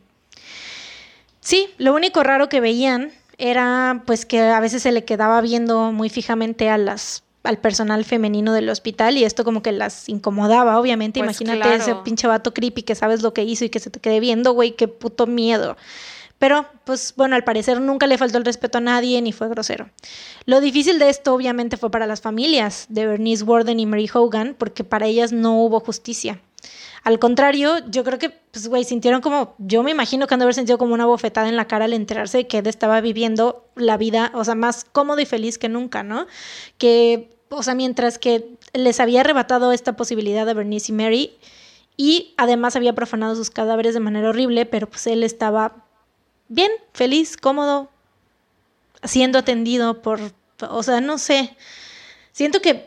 Sí, lo único raro que veían era pues que a veces se le quedaba viendo muy fijamente al personal femenino del hospital y esto como que las incomodaba, obviamente. Pues imagínate ese pinche vato creepy que sabes lo que hizo y que se te quede viendo, güey, qué puto miedo. Pero, pues, bueno, al parecer nunca le faltó el respeto a nadie ni fue grosero. Lo difícil de esto, obviamente, fue para las familias de Bernice Worden y Mary Hogan, porque para ellas no hubo justicia. Al contrario, yo creo que, pues, güey, sintieron como, yo me imagino que han de haber sentido como una bofetada en la cara al enterarse de que Ed estaba viviendo la vida, o sea, más cómodo y feliz que nunca, ¿no? Que, o sea, mientras que les había arrebatado esta posibilidad a Bernice y Mary y además había profanado sus cadáveres de manera horrible, pero pues él estaba bien, feliz, cómodo, siendo atendido o sea, no sé, siento que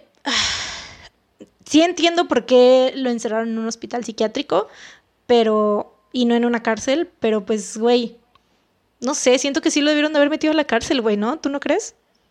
sí entiendo por qué lo encerraron en un hospital psiquiátrico, y no en una cárcel, pero pues, güey, no sé, siento que sí lo debieron de haber metido a la cárcel, güey, ¿no? ¿Tú no crees?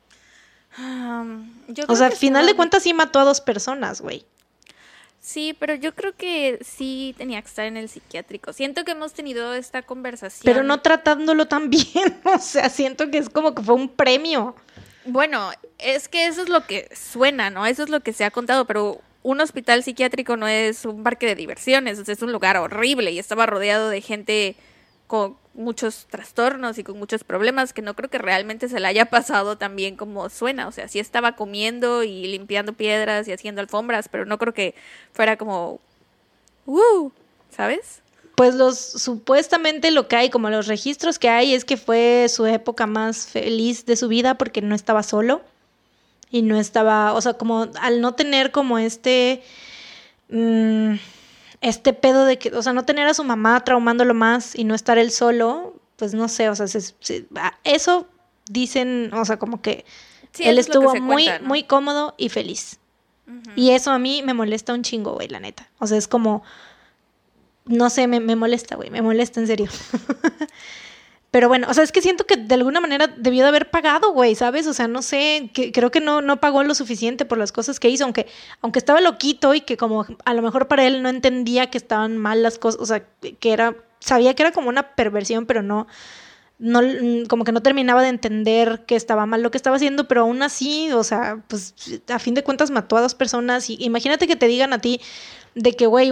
O sea, al final de cuentas sí mató a 2 personas, güey. Sí, pero yo creo que sí tenía que estar en el psiquiátrico. Siento que hemos tenido esta conversación. Pero no tratándolo tan bien, o sea, siento que es como que fue un premio. Bueno, es que eso es lo que suena, ¿no? Eso es lo que se ha contado, pero un hospital psiquiátrico no es un parque de diversiones, o sea, es un lugar horrible y estaba rodeado de gente con muchos trastornos y con muchos problemas que no creo que realmente se le haya pasado tan bien como suena. O sea, sí estaba comiendo y limpiando piedras y haciendo alfombras, pero no creo que fuera como ¿sabes? Pues supuestamente lo que hay, como los registros que hay, es que fue su época más feliz de su vida porque no estaba solo y no estaba, o sea, como al no tener como este pedo de que, o sea, no tener a su mamá traumándolo más y no estar él solo, pues no sé, o sea, eso dicen, o sea, como que sí, él estuvo muy, cuenta, ¿no? Muy cómodo y feliz. Uh-huh. Y eso a mí me molesta un chingo, güey, la neta. O sea, es como, no sé, me molesta, güey, me molesta en serio. Pero bueno, o sea, es que siento que de alguna manera debió de haber pagado, güey, ¿sabes? O sea, no sé, creo que no pagó lo suficiente por las cosas que hizo, aunque estaba loquito y que como a lo mejor para él no entendía que estaban mal las cosas, o sea, sabía que era como una perversión, pero no, como que no terminaba de entender que estaba mal lo que estaba haciendo, pero aún así, o sea, pues a fin de cuentas mató a 2 personas y imagínate que te digan a ti de que, güey,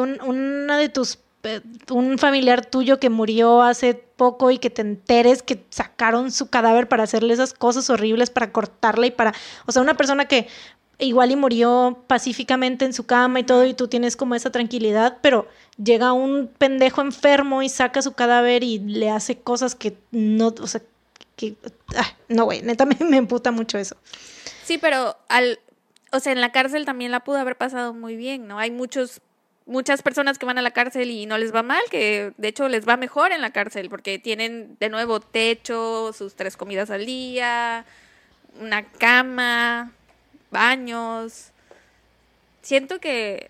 un familiar tuyo que murió hace poco y que te enteres que sacaron su cadáver para hacerle esas cosas horribles, para cortarla o sea, una persona que igual y murió pacíficamente en su cama y todo y tú tienes como esa tranquilidad, pero llega un pendejo enfermo y saca su cadáver y le hace cosas que no, o sea, no, güey, neta me emputa mucho eso. Sí, pero o sea, en la cárcel también la pudo haber pasado muy bien, ¿no? Hay muchas personas que van a la cárcel y no les va mal, que de hecho les va mejor en la cárcel porque tienen de nuevo techo, sus 3 comidas al día, una cama, baños. Siento que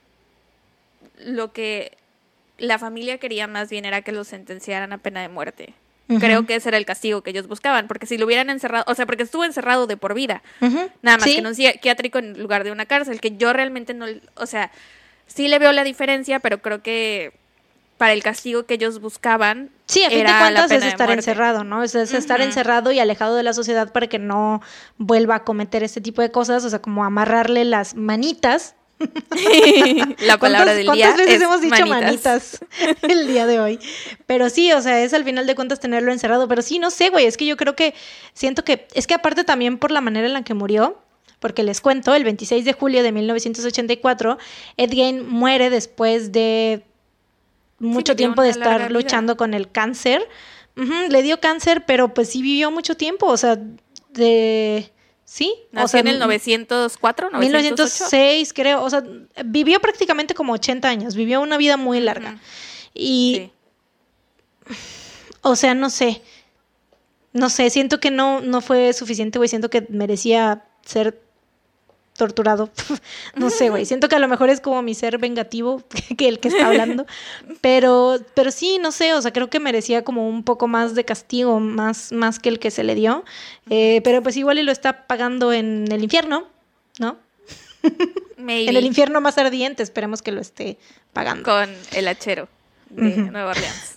lo que la familia quería más bien era que los sentenciaran a pena de muerte. Uh-huh. Creo que ese era el castigo que ellos buscaban, porque si lo hubieran encerrado, o sea, porque estuvo encerrado de por vida, uh-huh. Nada más, ¿sí? Que en un psiquiátrico en lugar de una cárcel, que yo realmente no, o sea, sí le veo la diferencia, pero creo que para el castigo que ellos buscaban, sí, a fin de cuentas es estar encerrado, ¿no? Es estar encerrado y alejado de la sociedad para que no vuelva a cometer este tipo de cosas, o sea, como amarrarle las manitas. La palabra del día. ¿Cuántas veces hemos dicho manitas el día de hoy? Pero sí, o sea, es al final de cuentas tenerlo encerrado. Pero sí, no sé, güey, es que yo creo que siento que, es que aparte también por la manera en la que murió, porque les cuento, el 26 de julio de 1984, Ed Gein muere después de mucho tiempo de estar luchando con el cáncer. Uh-huh, le dio cáncer, pero pues sí vivió mucho tiempo, o sea, sí. Nació, o sea, en el 904, 1906, creo. O sea, vivió prácticamente como 80 años. Vivió una vida muy larga. Uh-huh. Y, sí. O sea, no sé. No sé, siento que no fue suficiente, güey. Siento que merecía ser torturado. No sé, güey. Siento que a lo mejor es como mi ser vengativo que el que está hablando. Pero sí, no sé. O sea, creo que merecía como un poco más de castigo, más que el que se le dio. Pero pues igual y lo está pagando en el infierno, ¿no? Maybe. En el infierno más ardiente, esperemos que lo esté pagando. Con el hachero de uh-huh. Nueva Orleans.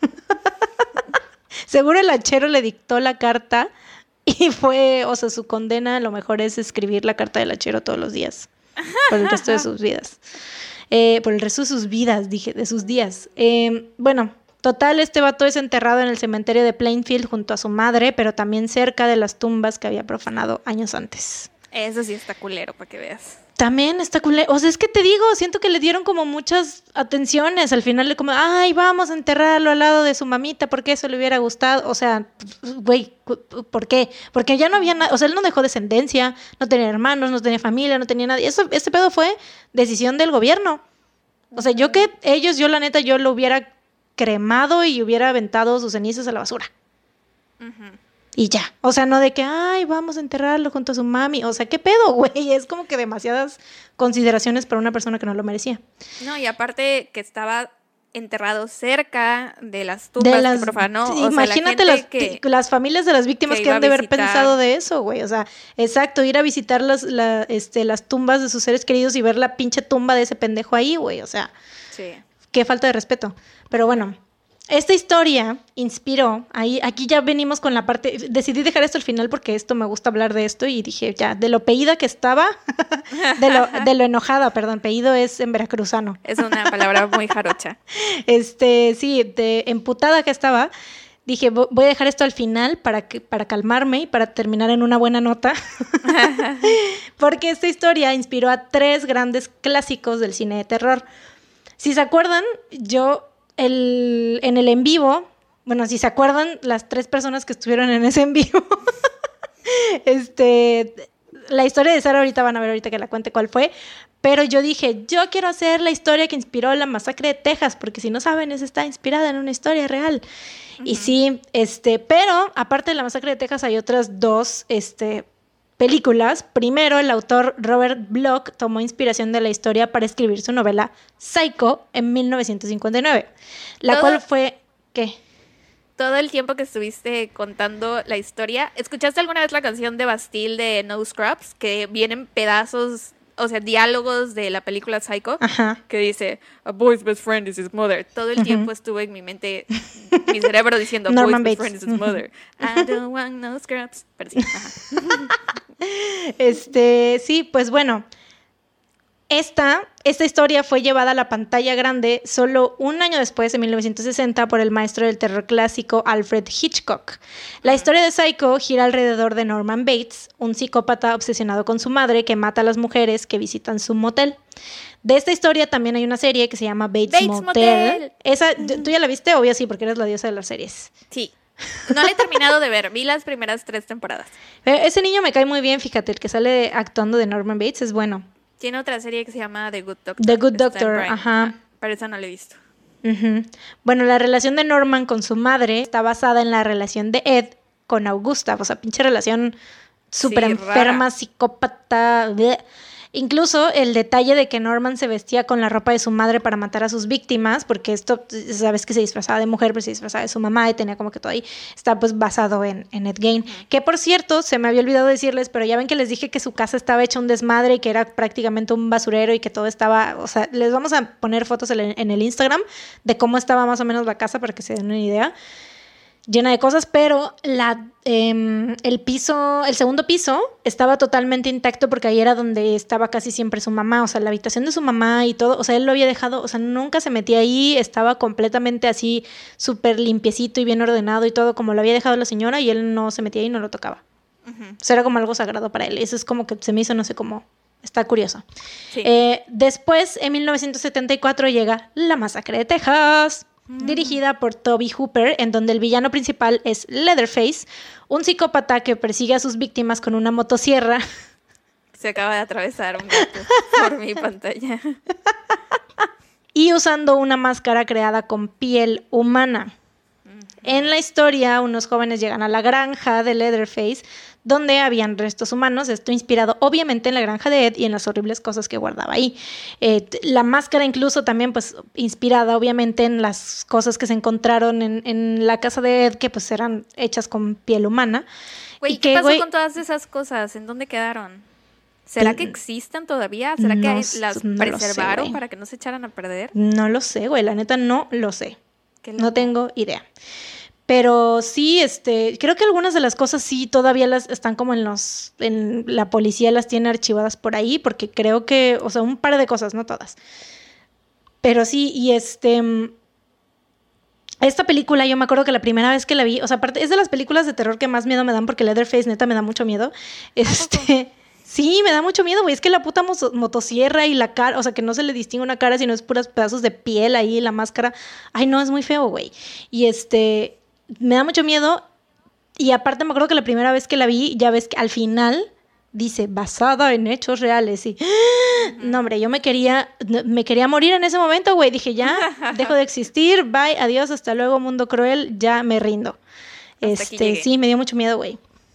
Seguro el hachero le dictó la carta y fue, o sea, su condena a lo mejor es escribir la carta del hachero todos los días, por el resto de sus vidas. Por el resto de sus vidas, dije, de sus días. Bueno, total, este vato es enterrado en el cementerio de Plainfield junto a su madre, pero también cerca de las tumbas que había profanado años antes. Eso sí está culero, para que veas. También está culero. O sea, es que te digo, siento que le dieron como muchas atenciones. Al final, como, ay, vamos a enterrarlo al lado de su mamita porque eso le hubiera gustado. O sea, güey, ¿por qué? Porque ya no había nada. O sea, él no dejó descendencia, no tenía hermanos, no tenía familia, no tenía nadie. Este pedo fue decisión del gobierno. O sea, yo la neta, yo lo hubiera cremado y hubiera aventado sus cenizas a la basura. Uh-huh. Y ya, o sea, no de que, ay, vamos a enterrarlo junto a su mami. O sea, ¿qué pedo, güey? Es como que demasiadas consideraciones para una persona que no lo merecía. No, y aparte que estaba enterrado cerca de las tumbas que profanó. Imagínate, o sea, las familias de las víctimas que han de haber pensado de eso, güey. O sea, exacto, ir a visitar las tumbas de sus seres queridos y ver la pinche tumba de ese pendejo ahí, güey. O sea, sí. Qué falta de respeto. Pero bueno, esta historia inspiró, aquí ya venimos con la parte, decidí dejar esto al final porque me gusta hablar de esto y dije ya, de lo peída que estaba, de lo enojada, perdón, peído es en veracruzano. Es una palabra muy jarocha. Sí, de emputada que estaba, dije voy a dejar esto al final para calmarme y para terminar en una buena nota, porque esta historia inspiró a 3 grandes clásicos del cine de terror. Si se acuerdan, en el en vivo, bueno, si se acuerdan, las 3 personas que estuvieron en ese en vivo, la historia de Sara ahorita van a ver ahorita que la cuente cuál fue, pero yo dije, yo quiero hacer la historia que inspiró la masacre de Texas, porque si no saben, está inspirada en una historia real. Uh-huh. Y sí, pero aparte de la masacre de Texas hay otras 2, películas. Primero, el autor Robert Bloch tomó inspiración de la historia para escribir su novela Psycho en 1959, la cual fue... ¿Qué? todo el tiempo que estuviste contando la historia, ¿escuchaste alguna vez la canción de Bastille de No Scrubs? Que vienen pedazos, o sea, diálogos de la película Psycho, que dice, a boy's best friend is his mother. Todo el tiempo estuvo en mi mente, mi cerebro diciendo, a boy's best friend is his mother. I don't want no scrubs. Pero sí, sí, pues bueno, esta historia fue llevada a la pantalla grande solo un año después, en 1960, por el maestro del terror clásico Alfred Hitchcock. La historia de Psycho gira alrededor de Norman Bates, un psicópata obsesionado con su madre que mata a las mujeres que visitan su motel. De esta historia también hay una serie que se llama Bates Motel. Esa, ¿tú ya la viste? Obvio sí, porque eres la diosa de las series. Sí. No la he terminado de ver, vi las primeras 3 temporadas. Ese niño me cae muy bien, fíjate, el que sale actuando de Norman Bates es bueno. Tiene otra serie que se llama The Good Doctor. The Good Doctor, ajá. Pero esa no la he visto. Bueno, la relación de Norman con su madre está basada en la relación de Ed con Augusta. O sea, pinche relación súper enferma, psicópata. Bleh. Incluso el detalle de que Norman se vestía con la ropa de su madre para matar a sus víctimas, porque esto, sabes que se disfrazaba de mujer, pero se disfrazaba de su mamá y tenía como que todo ahí, está pues basado en Ed Gein. Que por cierto, se me había olvidado decirles, pero ya ven que les dije que su casa estaba hecha un desmadre y que era prácticamente un basurero y que todo estaba, o sea, les vamos a poner fotos en el Instagram de cómo estaba más o menos la casa para que se den una idea. Llena de cosas, pero el segundo piso estaba totalmente intacto porque ahí era donde estaba casi siempre su mamá, o sea, la habitación de su mamá y todo, o sea, él lo había dejado, o sea, nunca se metía ahí, estaba completamente así súper limpiecito y bien ordenado y todo, como lo había dejado la señora, y él no se metía ahí y no lo tocaba. O sea, era como algo sagrado para él, eso es como que se me hizo, no sé cómo, está curioso. Sí. Después, en 1974 llega La Masacre de Texas, dirigida por Tobe Hooper, en donde el villano principal es Leatherface, un psicópata que persigue a sus víctimas con una motosierra. Se acaba de atravesar un gato por mi pantalla. Y usando una máscara creada con piel humana. En la historia, unos jóvenes llegan a la granja de Leatherface, donde habían restos humanos, esto inspirado obviamente en la granja de Ed y en las horribles cosas que guardaba ahí. La máscara incluso también pues inspirada obviamente en las cosas que se encontraron en la casa de Ed, que pues eran hechas con piel humana. Güey, ¿qué pasó con todas esas cosas? ¿En dónde quedaron? ¿Será que existen todavía? ¿Será que las preservaron para que no se echaran a perder? No lo sé, güey, la neta no lo sé. No tengo idea. Pero sí, creo que algunas de las cosas sí todavía las están como en la policía las tiene archivadas por ahí, porque creo que, o sea, un par de cosas, no todas. Pero sí, y esta película, yo me acuerdo que la primera vez que la vi, o sea, aparte, es de las películas de terror que más miedo me dan, porque Leatherface neta me da mucho miedo. Sí, me da mucho miedo, güey. Es que la puta motosierra y la cara, o sea, que no se le distingue una cara, sino es puros pedazos de piel ahí, la máscara. Ay, no, es muy feo, güey. Y me da mucho miedo. Y aparte me acuerdo que la primera vez que la vi, ya ves que al final dice, basada en hechos reales. Y, no, hombre, yo me quería morir en ese momento, güey. Dije, ya, dejo de existir, bye, adiós, hasta luego, mundo cruel, ya me rindo. Sí, me dio mucho miedo, güey.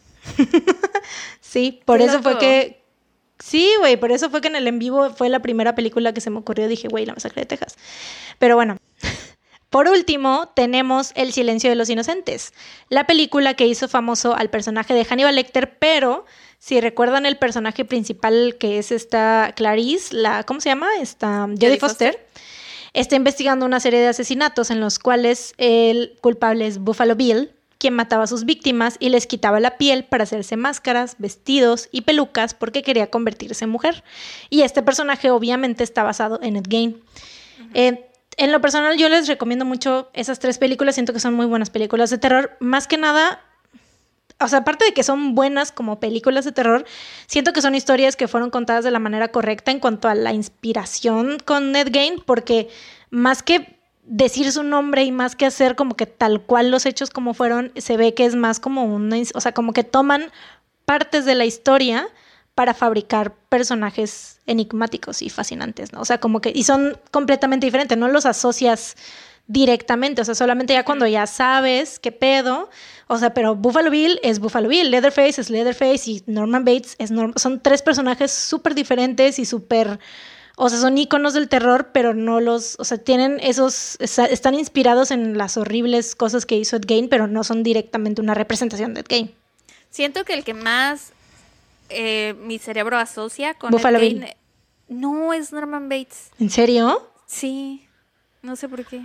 Sí, por eso fue que... Sí, güey, por eso fue que en el en vivo fue la primera película que se me ocurrió. Dije, güey, La Masacre de Texas. Pero bueno, por último tenemos El Silencio de los Inocentes, la película que hizo famoso al personaje de Hannibal Lecter, pero si recuerdan el personaje principal que es esta Clarice, ¿cómo se llama? Jodie Foster. Está investigando una serie de asesinatos en los cuales el culpable es Buffalo Bill, quien mataba a sus víctimas y les quitaba la piel para hacerse máscaras, vestidos y pelucas porque quería convertirse en mujer. Y este personaje obviamente está basado en Ed Gein. En lo personal yo les recomiendo mucho esas 3 películas, siento que son muy buenas películas de terror, más que nada, o sea, aparte de que son buenas como películas de terror, siento que son historias que fueron contadas de la manera correcta en cuanto a la inspiración con Ed Gein, porque más que decir su nombre y más que hacer como que tal cual los hechos como fueron, se ve que es más como o sea, como que toman partes de la historia para fabricar personajes enigmáticos y fascinantes, ¿no? O sea, como que, y son completamente diferentes, no los asocias directamente, o sea, solamente ya cuando ya sabes qué pedo, o sea, pero Buffalo Bill es Buffalo Bill, Leatherface es Leatherface y Norman Bates es son 3 personajes súper diferentes y súper, O sea, son íconos del terror, pero no los... O sea, tienen esos... Están inspirados en las horribles cosas que hizo Ed Gein, pero no son directamente una representación de Ed Gein. Siento que el que más mi cerebro asocia con Buffalo Ed Gein... Bill. No, es Norman Bates. ¿En serio? Sí, no sé por qué.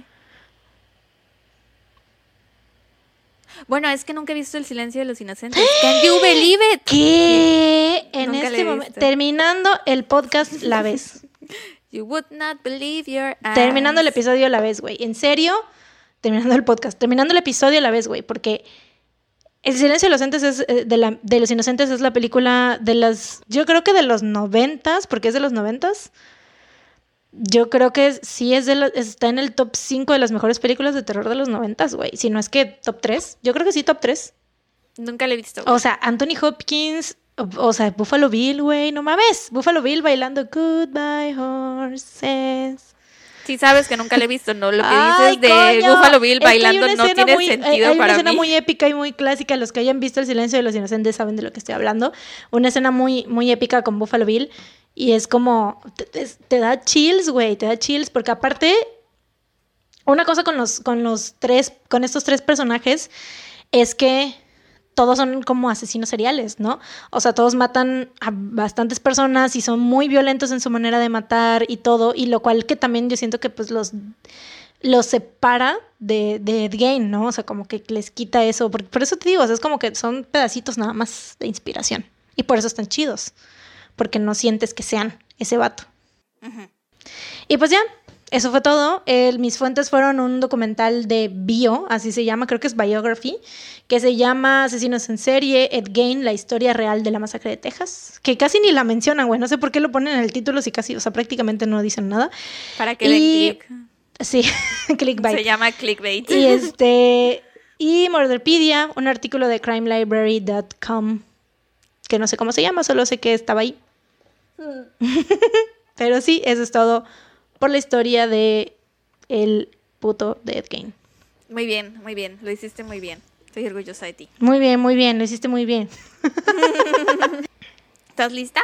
Bueno, es que nunca he visto El silencio de los inocentes. Can you believe it? ¿Qué? En Nunca la este he momento... visto. Terminando el podcast, la ves. You would not believe your eyes. Terminando el episodio, la ves, güey. ¿En serio? Terminando el podcast. Terminando el episodio, la ves, güey. Porque El silencio de los inocentes es, de los inocentes es la película de las... Yo creo que de los 90s, porque es de los 90s. Yo creo que sí está en el top 5 de las mejores películas de terror de los 90s, güey. Si no es que top 3. Yo creo que sí, top 3. Nunca la he visto. Güey. O sea, Anthony Hopkins, o sea, Buffalo Bill, güey, no mames. Buffalo Bill bailando Goodbye Horses. Sí sabes que nunca la he visto, ¿no? Lo que Ay, dices de coño, Buffalo Bill bailando es que no tiene sentido hay para una escena mí. muy épica y muy clásica. Los que hayan visto El silencio de los inocentes saben de lo que estoy hablando. Una escena muy, muy épica con Buffalo Bill. Y es como... Te da chills, güey. Te da chills. Porque aparte... Una cosa con estos tres personajes es que todos son como asesinos seriales, ¿no? O sea, todos matan a bastantes personas y son muy violentos en su manera de matar y todo, y lo cual que también yo siento que pues los separa de Ed Gein, ¿no? O sea, como que les quita eso, por eso te digo, o sea, es como que son pedacitos nada más de inspiración, y por eso están chidos, porque no sientes que sean ese vato. Uh-huh. Y pues ya, eso fue todo. Mis fuentes fueron un documental de Bio, así se llama, creo que es Biography, que se llama Asesinos en serie, Ed Gein, la historia real de la masacre de Texas, que casi ni la mencionan, güey, no sé por qué lo ponen en el título si casi, o sea, prácticamente no dicen nada. Para que den click. Sí, clickbait. Se llama clickbait. Y Murderpedia, un artículo de crimelibrary.com, que no sé cómo se llama, solo sé que estaba ahí. Pero sí, eso es todo por la historia de el puto de Ed Gein. Muy bien, lo hiciste muy bien. Estoy orgullosa de ti. Muy bien, lo hiciste muy bien. ¿Estás lista?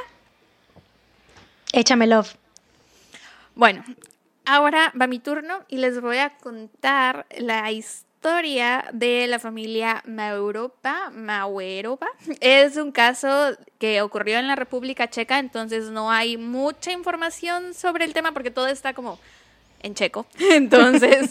Échame love. Bueno, ahora va mi turno y les voy a contar la historia de la familia Mauerova. Es un caso que ocurrió en la República Checa, entonces no hay mucha información sobre el tema porque todo está como en checo. Entonces,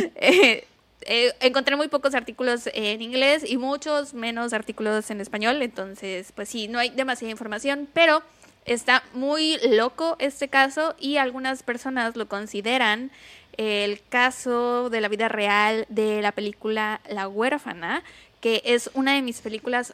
encontré muy pocos artículos en inglés y muchos menos artículos en español, entonces pues sí, no hay demasiada información, pero está muy loco este caso y algunas personas lo consideran el caso de la vida real de la película La Huérfana, que es una de mis películas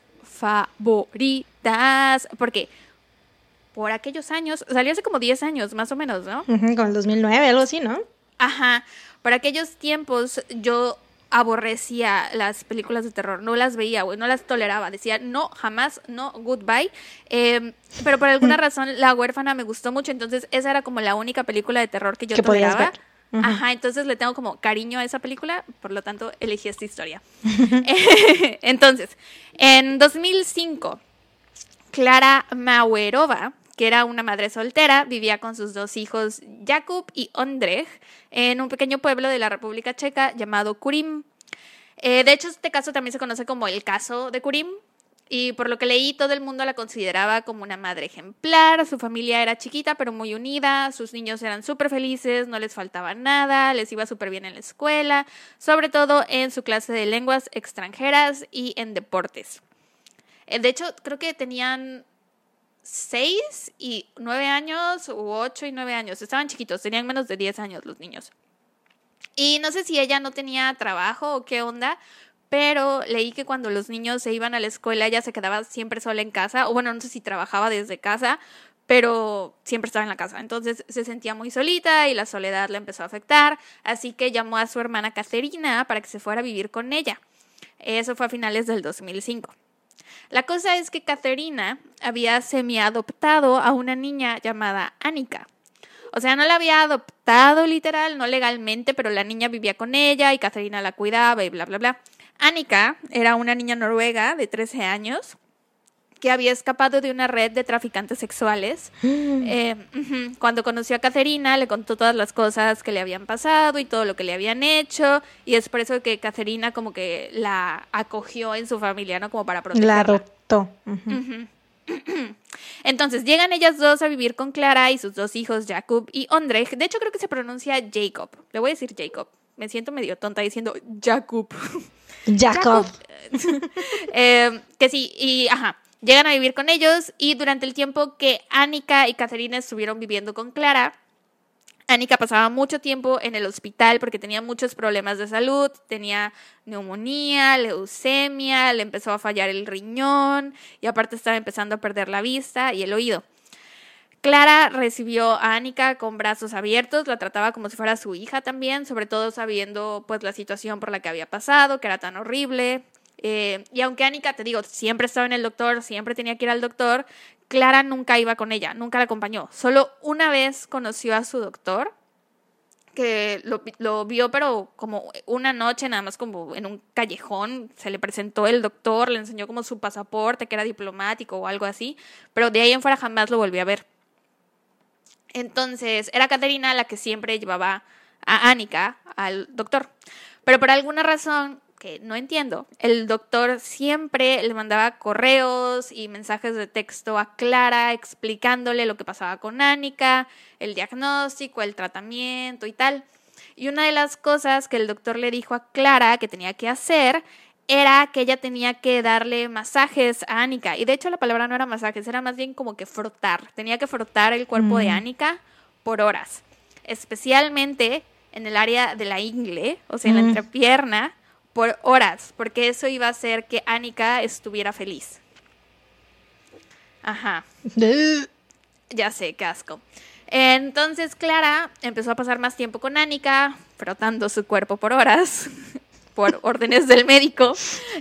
favoritas, porque por aquellos años, salió hace como 10 años más o menos, ¿no? Como el 2009, algo así, ¿no? Ajá, por aquellos tiempos yo aborrecía las películas de terror, no las veía, güey, no las toleraba, decía no, jamás, no, goodbye, pero por alguna razón La Huérfana me gustó mucho, entonces esa era como la única película de terror que yo toleraba. Uh-huh. Ajá, entonces le tengo como cariño a esa película, por lo tanto elegí esta historia. Entonces, en 2005, Klara Mauerova, que era una madre soltera, vivía con sus 2 hijos, Jakub y Ondřej, en un pequeño pueblo de la República Checa llamado Kurim. De hecho, este caso también se conoce como el caso de Kurim, y por lo que leí, todo el mundo la consideraba como una madre ejemplar. Su familia era chiquita, pero muy unida, sus niños eran súper felices, no les faltaba nada, les iba súper bien en la escuela, sobre todo en su clase de lenguas extranjeras y en deportes. De hecho, creo que tenían 6 y 9 años, u 8 y 9 años. Estaban chiquitos, tenían menos de 10 años los niños. Y no sé si ella no tenía trabajo o qué onda, pero leí que cuando los niños se iban a la escuela, ella se quedaba siempre sola en casa. O bueno, no sé si trabajaba desde casa, pero siempre estaba en la casa. Entonces se sentía muy solita y la soledad la empezó a afectar. Así que llamó a su hermana Caterina para que se fuera a vivir con ella. Eso fue a finales del 2005. La cosa es que Caterina había semi-adoptado a una niña llamada Annika. O sea, no la había adoptado literal, no legalmente, pero la niña vivía con ella y Caterina la cuidaba y bla, bla, bla. Annika era una niña noruega de 13 años que había escapado de una red de traficantes sexuales. Cuando conoció a Caterina, le contó todas las cosas que le habían pasado y todo lo que le habían hecho, y es por eso que Caterina como que la acogió en su familia, ¿no? Como para protegerla. La adoptó. Entonces llegan ellas dos a vivir con Clara y sus dos hijos, Jakub y Ondrej. De hecho, creo que se pronuncia Jacob. Le voy a decir Jacob. Me siento medio tonta diciendo Jakub. Jacob. Que sí, y llegan a vivir con ellos, y durante el tiempo que Annika y Caterina estuvieron viviendo con Clara, Annika pasaba mucho tiempo en el hospital porque tenía muchos problemas de salud, tenía neumonía, leucemia, le empezó a fallar el riñón y aparte estaba empezando a perder la vista y el oído. Clara recibió a Annika con brazos abiertos, la trataba como si fuera su hija también, sobre todo sabiendo pues la situación por la que había pasado, que era tan horrible. Y aunque Annika, te digo, siempre estaba en el doctor, siempre tenía que ir al doctor, Clara nunca iba con ella, nunca la acompañó. Solo una vez conoció a su doctor, que lo vio, pero como una noche, nada más como en un callejón, se le presentó el doctor, le enseñó como su pasaporte, que era diplomático o algo así, pero de ahí en fuera jamás lo volví a ver. Entonces, era Caterina la que siempre llevaba a Annika al doctor. Pero por alguna razón que no entiendo, el doctor siempre le mandaba correos y mensajes de texto a Clara explicándole lo que pasaba con Annika, el diagnóstico, el tratamiento y tal. Y una de las cosas que el doctor le dijo a Clara que tenía que hacer era que ella tenía que darle masajes a Annika. Y de hecho la palabra no era masajes, era más bien como que frotar. Tenía que frotar el cuerpo de Annika por horas. Especialmente en el área de la ingle, o sea, en la entrepierna, por horas. Porque eso iba a hacer que Annika estuviera feliz. Ya sé, qué asco. Entonces Clara empezó a pasar más tiempo con Annika, frotando su cuerpo por horas. Por órdenes del médico.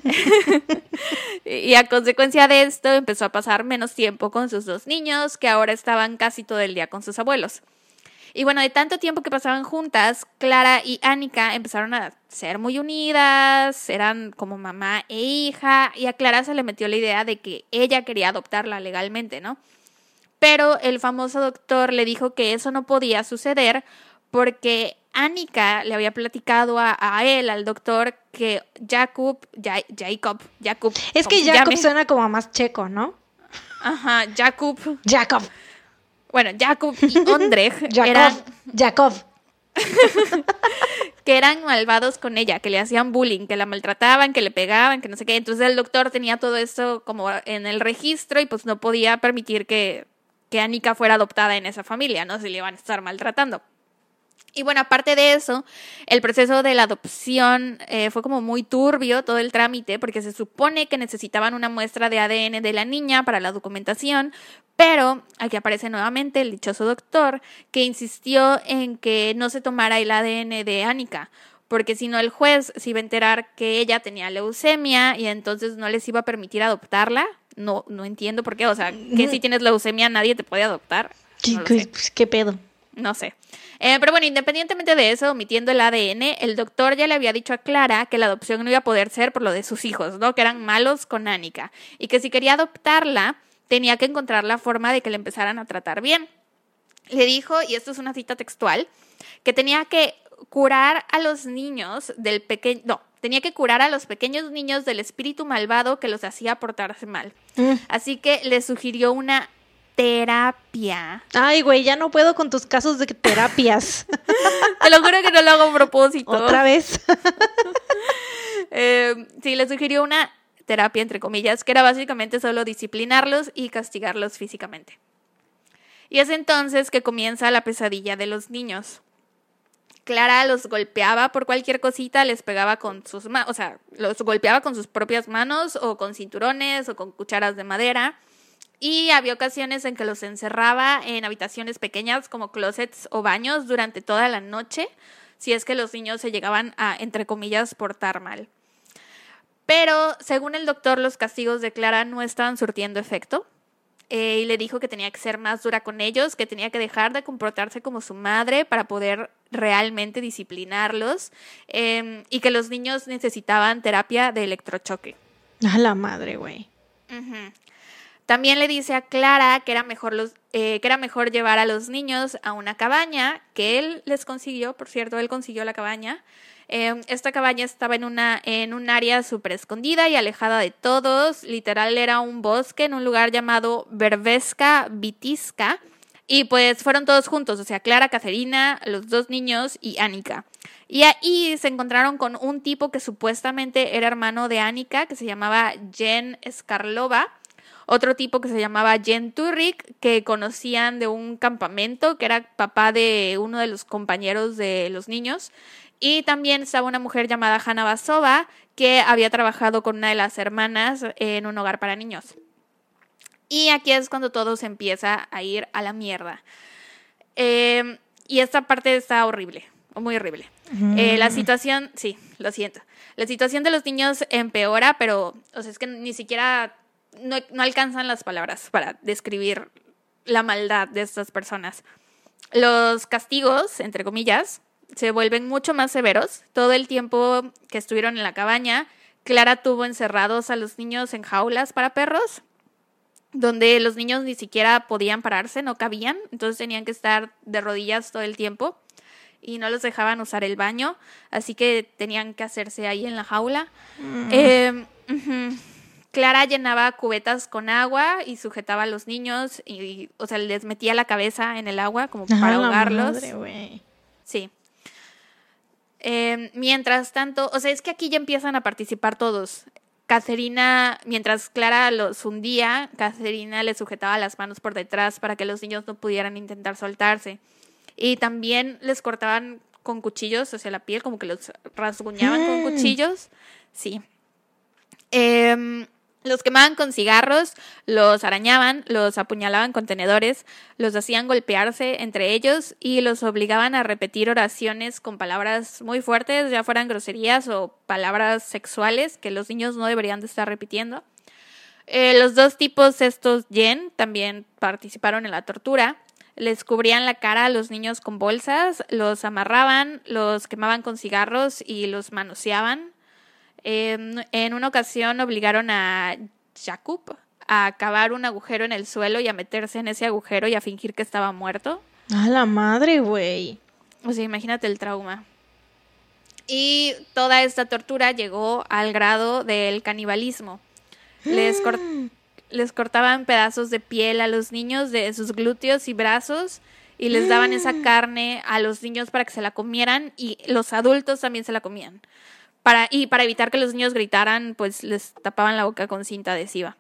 Y a consecuencia de esto empezó a pasar menos tiempo con sus dos niños, que ahora estaban casi todo el día con sus abuelos. Y bueno, de tanto tiempo que pasaban juntas, Clara y Annika empezaron a ser muy unidas, eran como mamá e hija, y a Clara se le metió la idea de que ella quería adoptarla legalmente, ¿no? Pero el famoso doctor le dijo que eso no podía suceder porque Annika le había platicado a él, al doctor, que Jacob. Es que Jacob suena como más checo, ¿no? Jacob. Bueno, Jacob y Ondrej Jacob. Que eran malvados con ella, que le hacían bullying, que la maltrataban, que le pegaban, que no sé qué. Entonces el doctor tenía todo eso como en el registro y pues no podía permitir que Annika fuera adoptada en esa familia, ¿no? Si le iban a estar maltratando. Y bueno, aparte de eso, el proceso de la adopción fue como muy turbio todo el trámite, porque se supone que necesitaban una muestra de ADN de la niña para la documentación, pero aquí aparece nuevamente el dichoso doctor que insistió en que no se tomara el ADN de Annika, porque si no el juez se iba a enterar que ella tenía leucemia y entonces no les iba a permitir adoptarla. No entiendo por qué, o sea, que si tienes leucemia nadie te puede adoptar. No ¿Qué pedo? No sé. Pero bueno, independientemente de eso, omitiendo el ADN, el doctor ya le había dicho a Clara que la adopción no iba a poder ser por lo de sus hijos, ¿no? Que eran malos con Annika. Y que si quería adoptarla, tenía que encontrar la forma de que le empezaran a tratar bien. Le dijo, y esto es una cita textual, que tenía que curar a los niños tenía que curar a los pequeños niños del espíritu malvado que los hacía portarse mal. Así que le sugirió una terapia. Ay, güey, ya no puedo con tus casos de terapias. Te lo juro que no lo hago a propósito. ¿Otra vez? Sí, le sugirió una terapia, entre comillas, que era básicamente solo disciplinarlos y castigarlos físicamente. Y es entonces que comienza la pesadilla de los niños. Clara los golpeaba por cualquier cosita, les pegaba con sus manos, o sea, los golpeaba con sus propias manos o con cinturones o con cucharas de madera. Y había ocasiones en que los encerraba en habitaciones pequeñas como closets o baños durante toda la noche, si es que los niños se llegaban a, entre comillas, portar mal. Pero, según el doctor, los castigos de Clara no estaban surtiendo efecto. Y le dijo que tenía que ser más dura con ellos, que tenía que dejar de comportarse como su madre para poder realmente disciplinarlos, y que los niños necesitaban terapia de electrochoque. A la madre, güey. También le dice a Clara que era mejor llevar a los niños a una cabaña que él les consiguió. Por cierto, él consiguió la cabaña. Esta cabaña estaba en un área súper escondida y alejada de todos. Literal era un bosque en un lugar llamado Verbeska Vitiska. Y pues fueron todos juntos, o sea, Clara, Caterina, los 2 niños y Annika. Y ahí se encontraron con un tipo que supuestamente era hermano de Annika, que se llamaba Jen Skarlova. Otro tipo que se llamaba Jen Turrik, que conocían de un campamento, que era papá de uno de los compañeros de los niños. Y también estaba una mujer llamada Hanna Basova, que había trabajado con una de las hermanas en un hogar para niños. Y aquí es cuando todo se empieza a ir a la mierda. Y esta parte está horrible, muy horrible. La situación, sí, lo siento. La situación de los niños empeora, pero o sea, es que ni siquiera no alcanzan las palabras para describir la maldad de estas personas. Los castigos, entre comillas, se vuelven mucho más severos. Todo el tiempo que estuvieron en la cabaña, Clara tuvo encerrados a los niños en jaulas para perros, donde los niños ni siquiera podían pararse, no cabían, entonces tenían que estar de rodillas todo el tiempo y no los dejaban usar el baño, así que tenían que hacerse ahí en la jaula. Clara llenaba cubetas con agua y sujetaba a los niños y o sea, les metía la cabeza en el agua como para ahogarlos. Madre, güey. Sí. Mientras tanto, o sea, es que aquí ya empiezan a participar todos. Caterina, mientras Clara los hundía, Caterina le sujetaba las manos por detrás para que los niños no pudieran intentar soltarse. Y también les cortaban con cuchillos hacia la piel, como que los rasguñaban con cuchillos. Sí. Los quemaban con cigarros, los arañaban, los apuñalaban con tenedores, los hacían golpearse entre ellos y los obligaban a repetir oraciones con palabras muy fuertes, ya fueran groserías o palabras sexuales que los niños no deberían de estar repitiendo. Los 2 tipos estos Jen también participaron en la tortura. Les cubrían la cara a los niños con bolsas, los amarraban, los quemaban con cigarros y los manoseaban. En una ocasión obligaron a Jakub a cavar un agujero en el suelo y a meterse en ese agujero y a fingir que estaba muerto. ¡A la madre, güey! O sea, imagínate el trauma. Y toda esta tortura llegó al grado del canibalismo. Les cortaban pedazos de piel a los niños de sus glúteos y brazos y les daban esa carne a los niños para que se la comieran y los adultos también se la comían. Para evitar que los niños gritaran, pues les tapaban la boca con cinta adhesiva.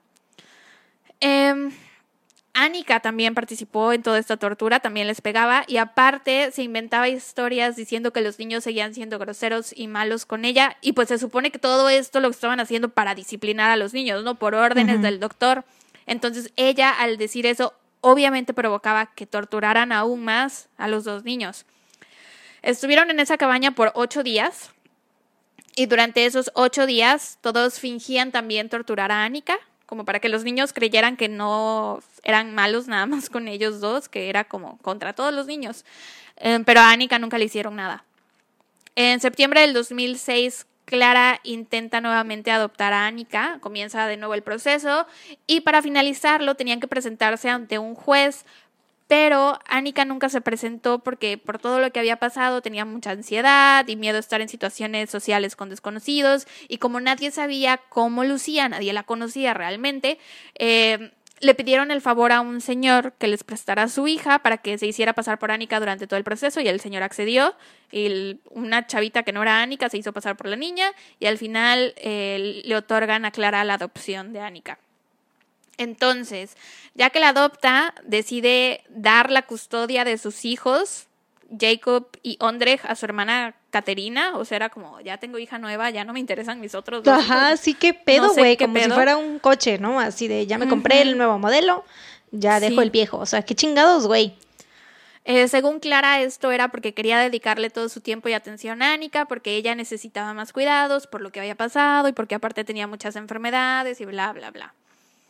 Annika también participó en toda esta tortura, también les pegaba y aparte se inventaba historias diciendo que los niños seguían siendo groseros y malos con ella y pues se supone que todo esto lo estaban haciendo para disciplinar a los niños, ¿no? Por órdenes del doctor. Entonces ella, al decir eso, obviamente provocaba que torturaran aún más a los 2 niños. Estuvieron en esa cabaña por 8 días. Y durante esos 8 días todos fingían también torturar a Annika, como para que los niños creyeran que no eran malos nada más con ellos 2, que era como contra todos los niños. Pero a Annika nunca le hicieron nada. En septiembre del 2006, Clara intenta nuevamente adoptar a Annika, comienza de nuevo el proceso y para finalizarlo tenían que presentarse ante un juez. Pero Annika nunca se presentó porque por todo lo que había pasado tenía mucha ansiedad y miedo a estar en situaciones sociales con desconocidos. Y como nadie sabía cómo lucía, nadie la conocía realmente, le pidieron el favor a un señor que les prestara a su hija para que se hiciera pasar por Annika durante todo el proceso y el señor accedió. Y una chavita que no era Annika se hizo pasar por la niña y al final le otorgan a Clara la adopción de Annika. Entonces, ya que la adopta, decide dar la custodia de sus hijos, Jacob y Ondrej, a su hermana Caterina. O sea, era como, ya tengo hija nueva, ya no me interesan mis otros 2 hijos. Ajá, sí, qué pedo, No sé güey, qué como pedo. si fuera un coche, ¿no? Así de, ya me compré el nuevo modelo, ya dejo Sí. el viejo. O sea, qué chingados, güey. Según Clara, esto era porque quería dedicarle todo su tiempo y atención a Annika, porque ella necesitaba más cuidados por lo que había pasado y porque aparte tenía muchas enfermedades y bla, bla, bla.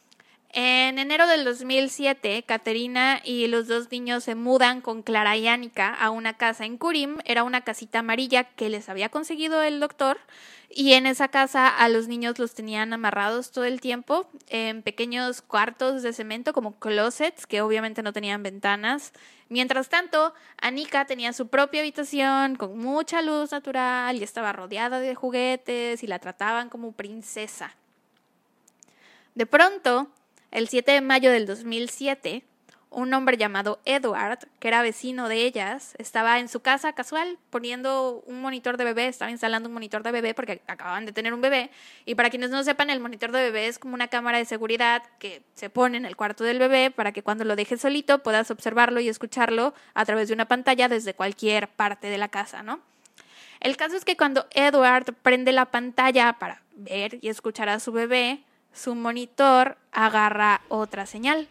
En enero del 2007, Caterina y los dos niños se mudan con Clara y Annika a una casa en Kurim. Era una casita amarilla que les había conseguido el doctor. Y en esa casa a los niños los tenían amarrados todo el tiempo en pequeños cuartos de cemento como closets que obviamente no tenían ventanas. Mientras tanto, Annika tenía su propia habitación con mucha luz natural y estaba rodeada de juguetes y la trataban como princesa. De pronto, el 7 de mayo del 2007, un hombre llamado Edward, que era vecino de ellas, estaba en su casa casual poniendo un monitor de bebé, estaba instalando un monitor de bebé porque acababan de tener un bebé. Y para quienes no sepan, el monitor de bebé es como una cámara de seguridad que se pone en el cuarto del bebé para que cuando lo dejes solito puedas observarlo y escucharlo a través de una pantalla desde cualquier parte de la casa, ¿no? El caso es que cuando Edward prende la pantalla para ver y escuchar a su bebé, su monitor agarra otra señal.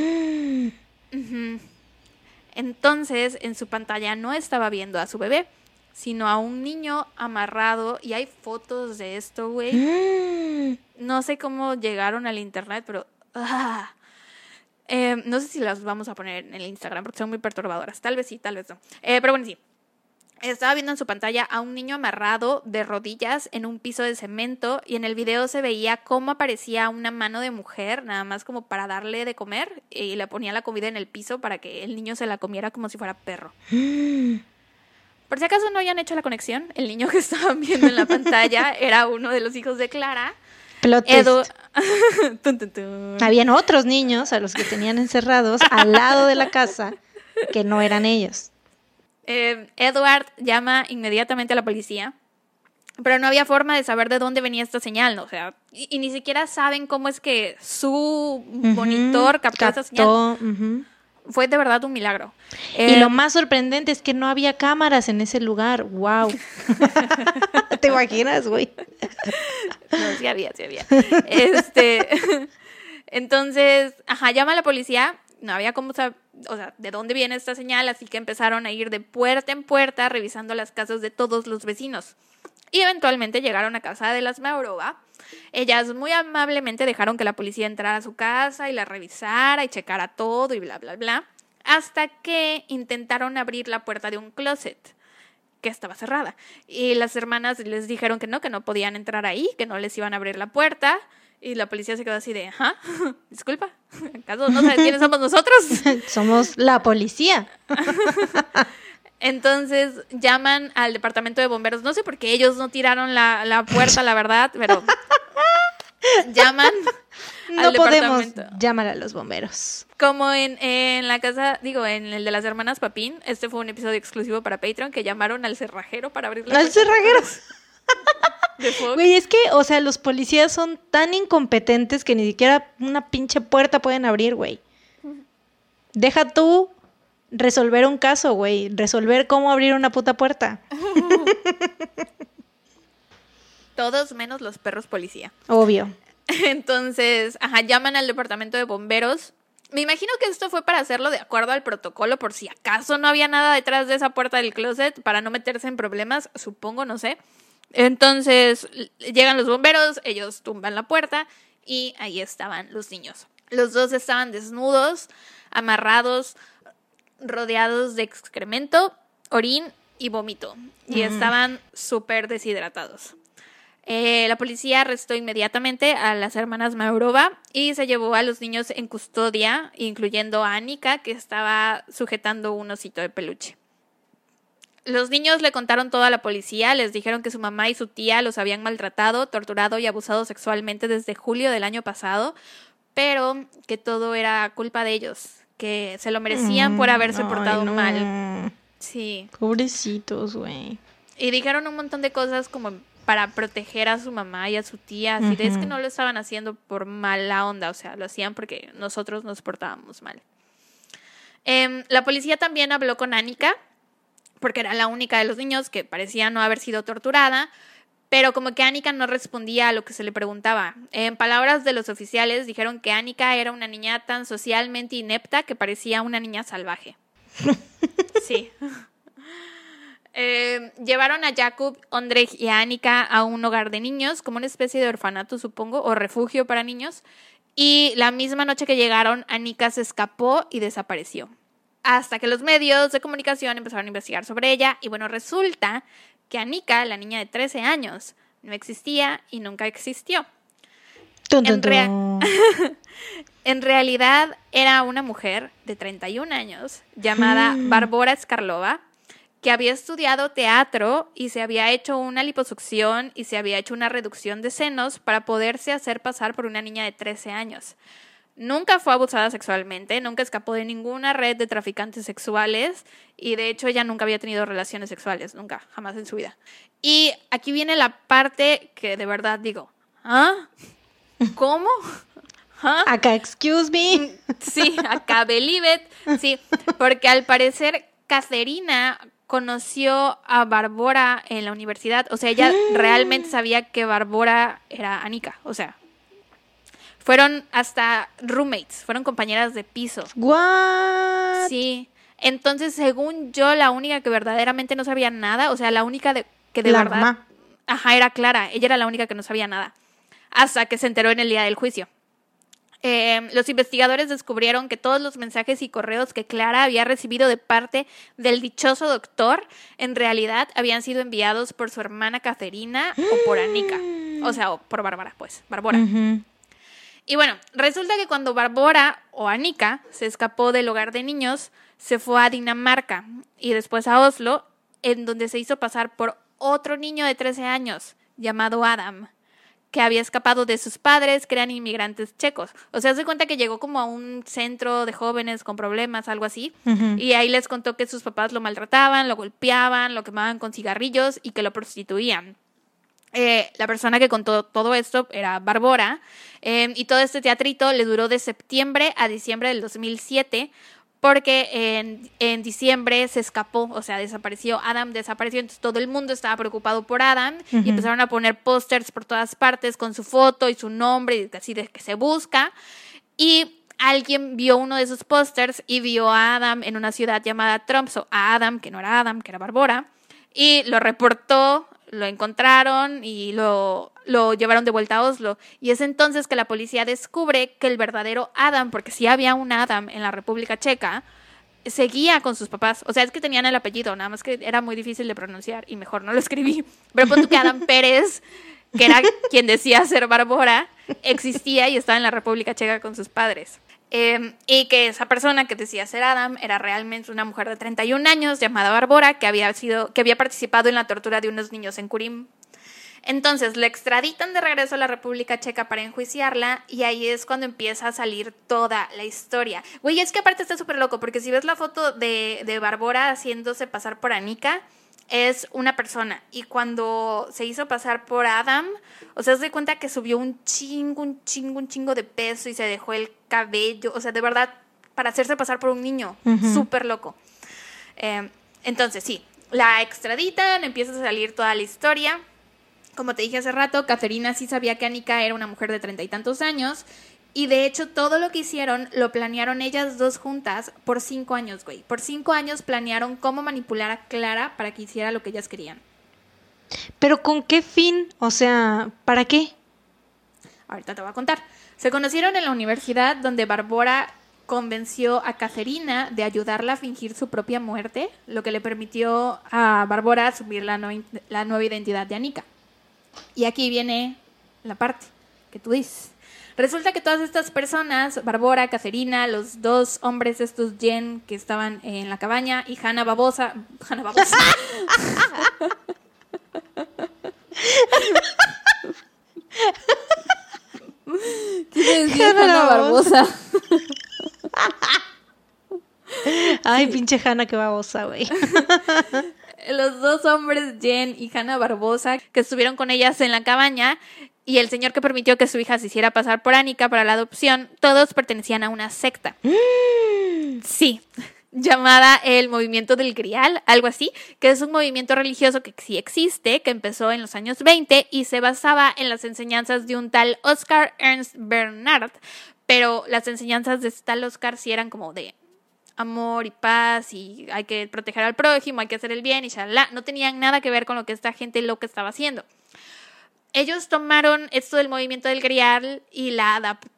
Entonces, en su pantalla no estaba viendo a su bebé, sino a un niño amarrado. Y hay fotos de esto, güey. No sé cómo llegaron al internet, pero... no sé si las vamos a poner en el Instagram porque son muy perturbadoras. Tal vez sí, tal vez no. Pero bueno, sí. Estaba viendo en su pantalla a un niño amarrado de rodillas en un piso de cemento y en el video se veía cómo aparecía una mano de mujer, nada más como para darle de comer, y le ponía la comida en el piso para que el niño se la comiera como si fuera perro. Por si acaso no hayan hecho la conexión, el niño que estaban viendo en la pantalla era uno de los hijos de Clara. Plot twist. Habían otros niños a los que tenían encerrados al lado de la casa que no eran ellos. Edward llama inmediatamente a la policía, pero no había forma de saber de dónde venía esta señal, ¿no? O sea, y ni siquiera saben cómo es que su monitor captó esa señal. Fue de verdad un milagro. Y lo más sorprendente es que no había cámaras en ese lugar. ¡Wow! ¿Te imaginas, güey? No, sí había. Entonces, llama a la policía. No había cómo saber, o sea, de dónde viene esta señal, así que empezaron a ir de puerta en puerta revisando las casas de todos los vecinos. Y eventualmente llegaron a casa de las Maurova. Ellas muy amablemente dejaron que la policía entrara a su casa y la revisara y checara todo y bla, bla, bla, hasta que intentaron abrir la puerta de un closet que estaba cerrada. Y las hermanas les dijeron que no podían entrar ahí, que no les iban a abrir la puerta. Y la policía se quedó así de, disculpa, ¿acaso no sabes quiénes somos nosotros? Somos la policía. Entonces llaman al departamento de bomberos. No sé por qué ellos no tiraron la puerta, la verdad, pero llaman al departamento. Llamar a los bomberos. Como en la casa, en el de las hermanas Papín, este fue un episodio exclusivo para Patreon, que llamaron al cerrajero para abrir la puerta. ¿Al cerrajero? Güey, es que, o sea, los policías son tan incompetentes que ni siquiera una pinche puerta pueden abrir, güey. Deja tú resolver un caso, güey. Resolver cómo abrir una puta puerta. Todos menos los perros policía. Obvio. Entonces, llaman al departamento de bomberos. Me imagino que esto fue para hacerlo de acuerdo al protocolo, por si acaso no había nada detrás de esa puerta del closet, para no meterse en problemas, supongo, no sé. Entonces llegan los bomberos, ellos tumban la puerta y ahí estaban los niños. Los dos estaban desnudos, amarrados, rodeados de excremento, orín y vómito. Y estaban súper deshidratados. La policía arrestó inmediatamente a las hermanas Maurova y se llevó a los niños en custodia, incluyendo a Annika, que estaba sujetando un osito de peluche. Los niños le contaron todo a la policía, les dijeron que su mamá y su tía los habían maltratado, torturado y abusado sexualmente desde julio del año pasado, pero que todo era culpa de ellos, que se lo merecían por haberse portado mal. Sí. Pobrecitos, güey. Y dijeron un montón de cosas como para proteger a su mamá y a su tía, así de es que no lo estaban haciendo por mala onda, o sea, lo hacían porque nosotros nos portábamos mal. La policía también habló con Annika, porque era la única de los niños que parecía no haber sido torturada, pero como que Annika no respondía a lo que se le preguntaba. En palabras de los oficiales, dijeron que Annika era una niña tan socialmente inepta que parecía una niña salvaje. Sí. Llevaron a Jakub, Ondrej y a Annika a un hogar de niños, como una especie de orfanato, supongo, o refugio para niños, Y la misma noche que llegaron, Anika se escapó y desapareció. Hasta que los medios de comunicación empezaron a investigar sobre ella. Y bueno, resulta que Anika, la niña de 13 años, no existía y nunca existió. En realidad era una mujer de 31 años llamada Barbora Skarlova, que había estudiado teatro y se había hecho una liposucción y se había hecho una reducción de senos para poderse hacer pasar por una niña de 13 años. Nunca fue abusada sexualmente, nunca escapó de ninguna red de traficantes sexuales y de hecho ella nunca había tenido relaciones sexuales, nunca, jamás en su vida. Y aquí viene la parte que de verdad digo, ¿ah? ¿Cómo? ¿Ah? Acá, excuse me. Sí, acá, believe it. Sí, porque al parecer Caterina conoció a Barbora en la universidad. O sea, ella realmente sabía que Barbora era Anika. O sea, fueron hasta roommates, fueron compañeras de piso. What? Sí. Entonces, según yo, la única que verdaderamente no sabía nada, o sea, la única que de la verdad... Mamá. Ajá, era Clara. Ella era la única que no sabía nada. Hasta que se enteró en el día del juicio. Los investigadores descubrieron que todos los mensajes y correos que Clara había recibido de parte del dichoso doctor en realidad habían sido enviados por su hermana Caterina o por Anika. O sea, o por Bárbara, pues, Barbora. Uh-huh. Y bueno, resulta que cuando Barbora o Anika se escapó del hogar de niños, se fue a Dinamarca y después a Oslo, en donde se hizo pasar por otro niño de 13 años llamado Adam, que había escapado de sus padres, que eran inmigrantes checos. O sea, se cuenta que llegó como a un centro de jóvenes con problemas, algo así, y ahí les contó que sus papás lo maltrataban, lo golpeaban, lo quemaban con cigarrillos y que lo prostituían. La persona que contó todo esto era Barbora, y todo este teatrito le duró de septiembre a diciembre del 2007, porque en diciembre se escapó, o sea, desapareció. Adam desapareció, entonces todo el mundo estaba preocupado por Adam y empezaron a poner pósters por todas partes con su foto y su nombre, y así de que se busca. Y alguien vio uno de esos pósters y vio a Adam en una ciudad llamada Tromsø, a Adam, que no era Adam, que era Barbora, y lo reportó. Lo encontraron y lo llevaron de vuelta a Oslo. Y es entonces que la policía descubre que el verdadero Adam, porque sí había un Adam en la República Checa, seguía con sus papás. O sea, es que tenían el apellido, nada más que era muy difícil de pronunciar y mejor no lo escribí. Pero pon tú que Adam Pérez, que era quien decía ser Barbora, existía y estaba en la República Checa con sus padres. Y que esa persona que decía ser Adam era realmente una mujer de 31 años llamada Barbora, que había participado en la tortura de unos niños en Kurim. Entonces la extraditan de regreso a la República Checa para enjuiciarla, y ahí es cuando empieza a salir toda la historia. Güey, es que aparte está súper loco, porque si ves la foto de Barbora haciéndose pasar por Anika, es una persona, y cuando se hizo pasar por Adam, o sea, se da cuenta que subió un chingo de peso y se dejó el cabello, o sea, de verdad, para hacerse pasar por un niño, súper loco. Entonces, sí, la extraditan, empieza a salir toda la historia. Como te dije hace rato, Caterina sí sabía que Anika era una mujer de 30 y tantos años, y de hecho todo lo que hicieron lo planearon ellas dos juntas por 5 años, güey. Por 5 años planearon cómo manipular a Clara para que hiciera lo que ellas querían. ¿Pero con qué fin? O sea, ¿para qué? Ahorita te voy a contar. Se conocieron en la universidad, donde Barbora convenció a Caterina de ayudarla a fingir su propia muerte, lo que le permitió a Barbora asumir la nueva identidad de Anika. Y aquí viene la parte que tú dices. Resulta que todas estas personas, Barbora, Caterina, los dos hombres estos Jen que estaban en la cabaña, y Hanna Babosa. ¿Qué decir Hanna Barbosa? Ay, sí. Pinche Hanna, qué babosa, güey. Los dos hombres, Jen y Hanna Barbosa, que estuvieron con ellas en la cabaña, y el señor que permitió que su hija se hiciera pasar por Anika para la adopción, todos pertenecían a una secta. Sí, llamada el Movimiento del Grial, algo así, que es un movimiento religioso que sí existe, que empezó en los años 20 y se basaba en las enseñanzas de un tal Oscar Ernst Bernard, pero las enseñanzas de este tal Oscar sí eran como de amor y paz, y hay que proteger al prójimo, hay que hacer el bien, y shalala. No tenían nada que ver con lo que esta gente loca estaba haciendo. Ellos tomaron esto del Movimiento del Grial y la adaptaron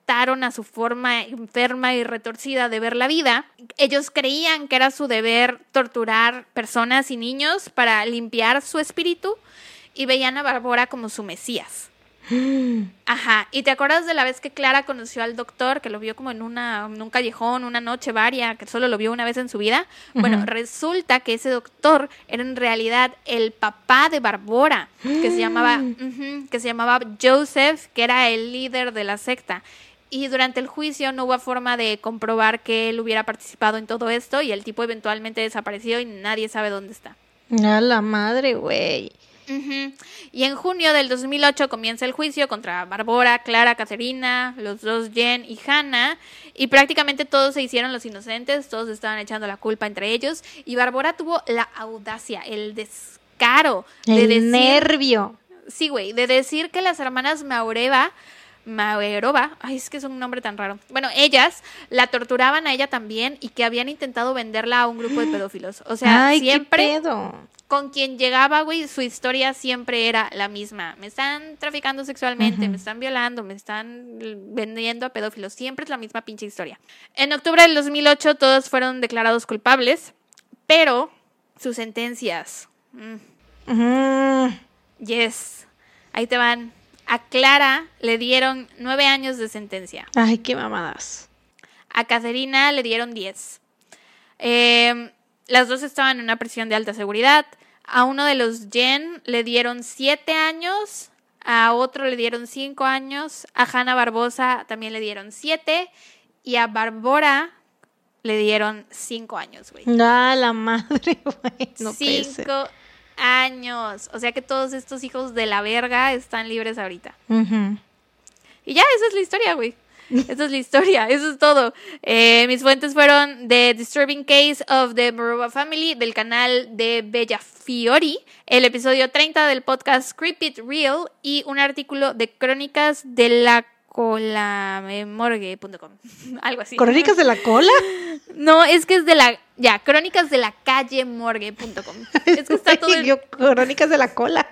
adaptaron a su forma enferma y retorcida de ver la vida. Ellos creían que era su deber torturar personas y niños para limpiar su espíritu y veían a Barbora como su mesías. Ajá, ¿y te acuerdas de la vez que Clara conoció al doctor, que lo vio como en un callejón, una noche varia, que solo lo vio una vez en su vida? Bueno, resulta que ese doctor era en realidad el papá de Barbora, que se llamaba Joseph, que era el líder de la secta. Y durante el juicio no hubo forma de comprobar que él hubiera participado en todo esto, y el tipo eventualmente desapareció y nadie sabe dónde está. A la madre, güey. Y en junio del 2008 comienza el juicio contra Barbora, Clara, Caterina, los dos Jen y Hannah, y prácticamente todos se hicieron los inocentes, todos estaban echando la culpa entre ellos, y Barbora tuvo la audacia, el descaro de decir... nervio. Sí, güey, de decir que las hermanas Maurova, ay, es que es un nombre tan raro. Bueno, ellas la torturaban a ella también y que habían intentado venderla a un grupo de pedófilos. O sea, ay, siempre... ¿qué pedo? Con quien llegaba, güey, su historia siempre era la misma. Me están traficando sexualmente, me están violando, me están vendiendo a pedófilos. Siempre es la misma pinche historia. En octubre del 2008 todos fueron declarados culpables, pero sus sentencias... Yes, ahí te van. A Clara le dieron 9 años de sentencia. Ay, qué mamadas. A Caterina le dieron 10. Las dos estaban en una prisión de alta seguridad. A uno de los Jen le dieron 7 años. A otro le dieron 5 años. A Hannah Barbosa también le dieron 7. Y a Barbora le dieron 5 años, güey. Ah, la madre, güey. No 5 años. O sea que todos estos hijos de la verga están libres ahorita. Y ya, esa es la historia, güey. Esa es la historia, eso es todo. Mis fuentes fueron The Disturbing Case of the Maurova Family, del canal de Bella Fiori, el episodio 30 del podcast Creep It Real y un artículo de Crónicas de la colamemorgue.com. Algo así. ¿Crónicas de la cola? No, es que es de la... Ya, crónicas de la calle morgue.com. Es que está todo... Crónicas de la cola.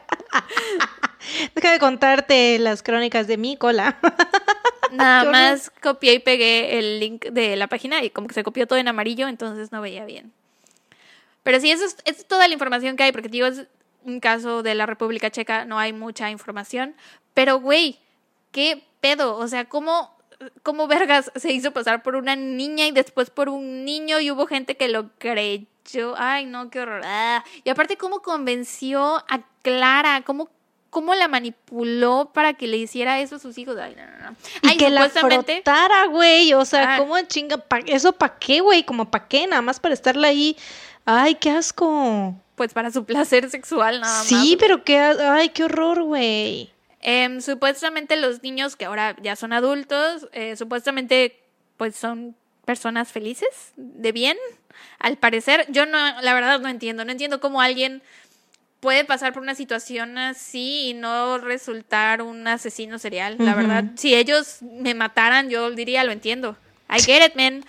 Déjame contarte las crónicas de mi cola. Nada más copié y pegué el link de la página y como que se copió todo en amarillo, entonces no veía bien. Pero sí, eso es toda la información que hay, porque digo, es un caso de la República Checa, no hay mucha información. Pero, güey, ¿qué pedo? O sea, ¿cómo vergas se hizo pasar por una niña y después por un niño y hubo gente que lo creyó? Ay, no, qué horror. Y aparte, ¿cómo convenció a Clara? ¿Cómo la manipuló para que le hiciera eso a sus hijos? Ay, no. Y que la frotara, güey. O sea, ¿cómo chinga? ¿Eso para qué, güey? ¿Como para qué? Nada más para estarla ahí. Ay, qué asco. Pues para su placer sexual, nada más. Sí, pero ay, qué horror, güey. Supuestamente los niños que ahora ya son adultos, supuestamente pues son personas felices, de bien, al parecer. Yo la verdad no entiendo cómo alguien puede pasar por una situación así y no resultar un asesino serial. La verdad, si ellos me mataran, yo diría, lo entiendo. I get it, man.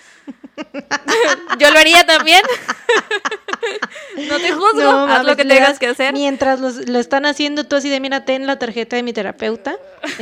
Yo lo haría también. No te juzgo, no, haz lo que tengas que hacer. Mientras lo están haciendo, tú así de, mira, ten la tarjeta de mi terapeuta.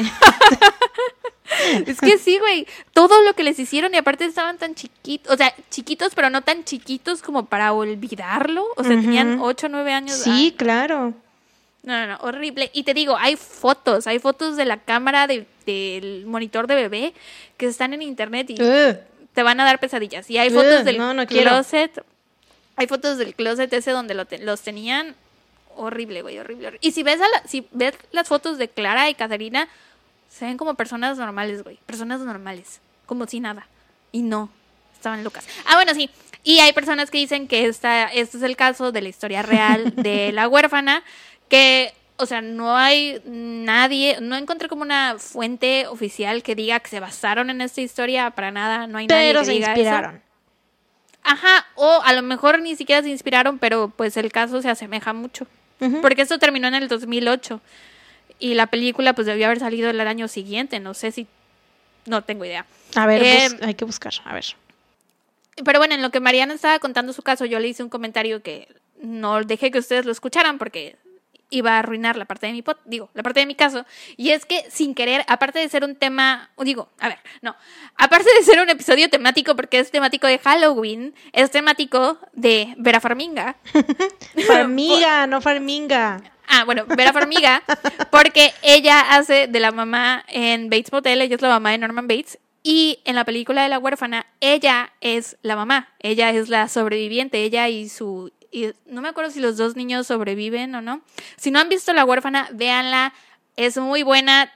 Es que sí, güey, todo lo que les hicieron, y aparte estaban tan chiquitos, o sea, chiquitos, pero no tan chiquitos como para olvidarlo. O sea, tenían 8 o 9 años. Sí, claro. No, horrible. Y te digo, hay fotos de la cámara del monitor de bebé que están en internet y te van a dar pesadillas. Y hay fotos del closet. Quiero. Hay fotos del closet ese donde los tenían. Horrible, güey, horrible. Y si ves las fotos de Clara y Caterina, se ven como personas normales, güey. Personas normales. Como si nada. Y no, estaban locas. Bueno, sí. Y hay personas que dicen que este es el caso de la historia real de la huérfana. Que, o sea, no hay nadie, no encontré como una fuente oficial que diga que se basaron en esta historia, para nada, no hay nadie que diga eso. Pero se inspiraron. Ajá, o a lo mejor ni siquiera se inspiraron, pero pues el caso se asemeja mucho. Porque esto terminó en el 2008 y la película pues debió haber salido el año siguiente, no sé si, no tengo idea. A ver, hay que buscar, a ver. Pero bueno, en lo que Mariana estaba contando su caso, yo le hice un comentario que no dejé que ustedes lo escucharan porque iba a arruinar la parte de la parte de mi caso. Y es que sin querer, aparte de ser un tema, aparte de ser un episodio temático, porque es temático de Halloween, es temático de Vera Farmiga. Farmiga, no Farminga. Bueno, Vera Farmiga, porque ella hace de la mamá en Bates Motel, ella es la mamá de Norman Bates, y en la película de La Huérfana, ella es la mamá, ella es la sobreviviente, ella y no me acuerdo si los dos niños sobreviven o no. Si no han visto La Huérfana, véanla, es muy buena.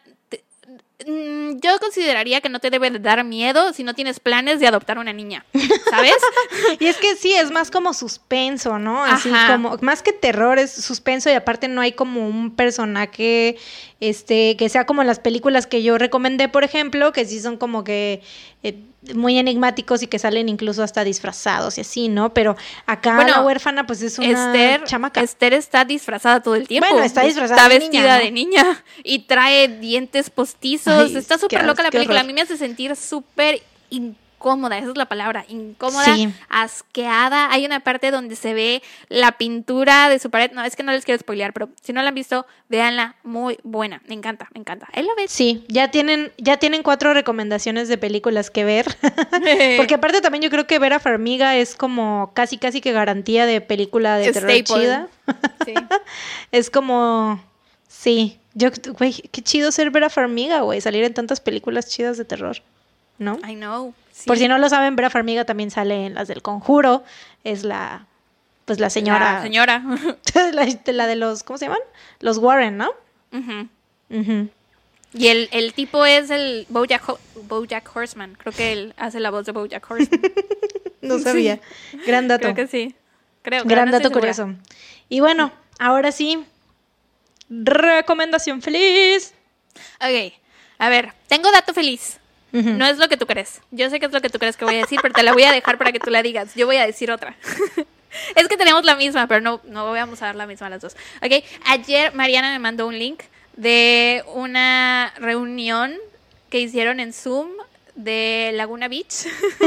Yo consideraría que no te debe de dar miedo si no tienes planes de adoptar una niña, ¿sabes? Y es que sí, es más como suspenso, ¿no? Así como, más que terror, es suspenso y aparte no hay como un personaje que sea como en las películas que yo recomendé, por ejemplo, que sí son como que muy enigmáticos y que salen incluso hasta disfrazados y así, ¿no? Pero acá La Huérfana pues es una chamaca. Esther está disfrazada todo el tiempo. Bueno, está disfrazada de niña. Está vestida de niña y trae dientes postizos. Ay, está súper loca la película. A mí me hace sentir súper incómoda, esa es la palabra, incómoda, sí. Asqueada. Hay una parte donde se ve la pintura de su pared. No, es que no les quiero spoilear, pero si no la han visto, véanla, muy buena. Me encanta. ¿Él lo ve? Sí, ya tienen 4 recomendaciones de películas que ver. Porque aparte también yo creo que Vera Farmiga es como casi que garantía de película de terror chida. Sí. Es como, sí. Güey, qué chido ser Vera Farmiga, güey, salir en tantas películas chidas de terror, ¿no? I know. Sí. Por si no lo saben, Vera Farmiga también sale en las del Conjuro, es la señora. La señora. la de los, ¿cómo se llaman? Los Warren, ¿no? Uh-huh. Uh-huh. Y el tipo es el BoJack Horseman, creo que él hace la voz de BoJack Horseman. No sabía. Sí. Gran dato. Creo que sí. Gran dato curioso. Y bueno, ahora sí. Recomendación feliz. Ok, a ver, tengo dato feliz. Uh-huh. No es lo que tú crees. Yo sé que es lo que tú crees que voy a decir, pero te la voy a dejar para que tú la digas. Yo voy a decir otra. Es que tenemos la misma, pero no vamos a dar la misma a las dos. Ok, ayer Mariana me mandó un link de una reunión que hicieron en Zoom de Laguna Beach.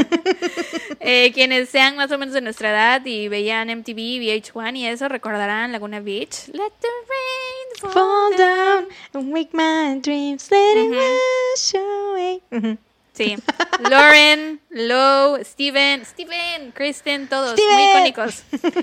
Quienes sean más o menos de nuestra edad y veían MTV, VH1 y eso, recordarán Laguna Beach. Let the rain fall down and wake my dreams, let it wash away. Sí, Lauren, Lo, Steven, Kristen, todos muy icónicos.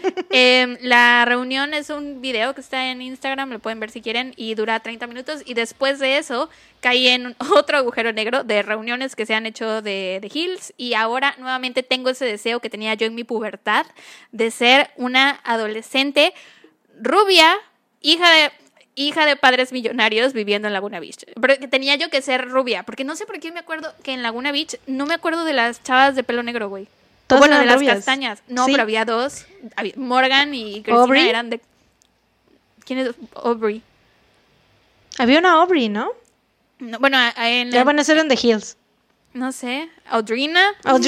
La reunión es un video que está en Instagram, lo pueden ver si quieren, y dura 30 minutos. Y después de eso, caí en otro agujero negro de reuniones que se han hecho de Hills. Y ahora nuevamente tengo ese deseo que tenía yo en mi pubertad de ser una adolescente rubia, hija de padres millonarios viviendo en Laguna Beach. Pero que tenía yo que ser rubia, porque no sé por qué me acuerdo que en Laguna Beach no me acuerdo de las chavas de pelo negro, güey. Bueno, de las rubias. Castañas. No, ¿sí? Pero había dos. Morgan y Cristina Aubrey eran de... ¿Quién es Aubrey? Había una Aubrey, ¿no? No, bueno, eso eran de Hills. No sé, Audrina.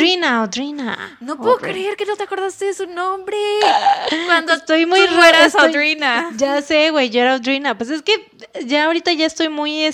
No puedo creer que no te acordaste de su nombre. Cuando estoy muy tú eras Audrina. Ya sé, güey, yo era Audrina. Pues es que ya ahorita ya estoy muy,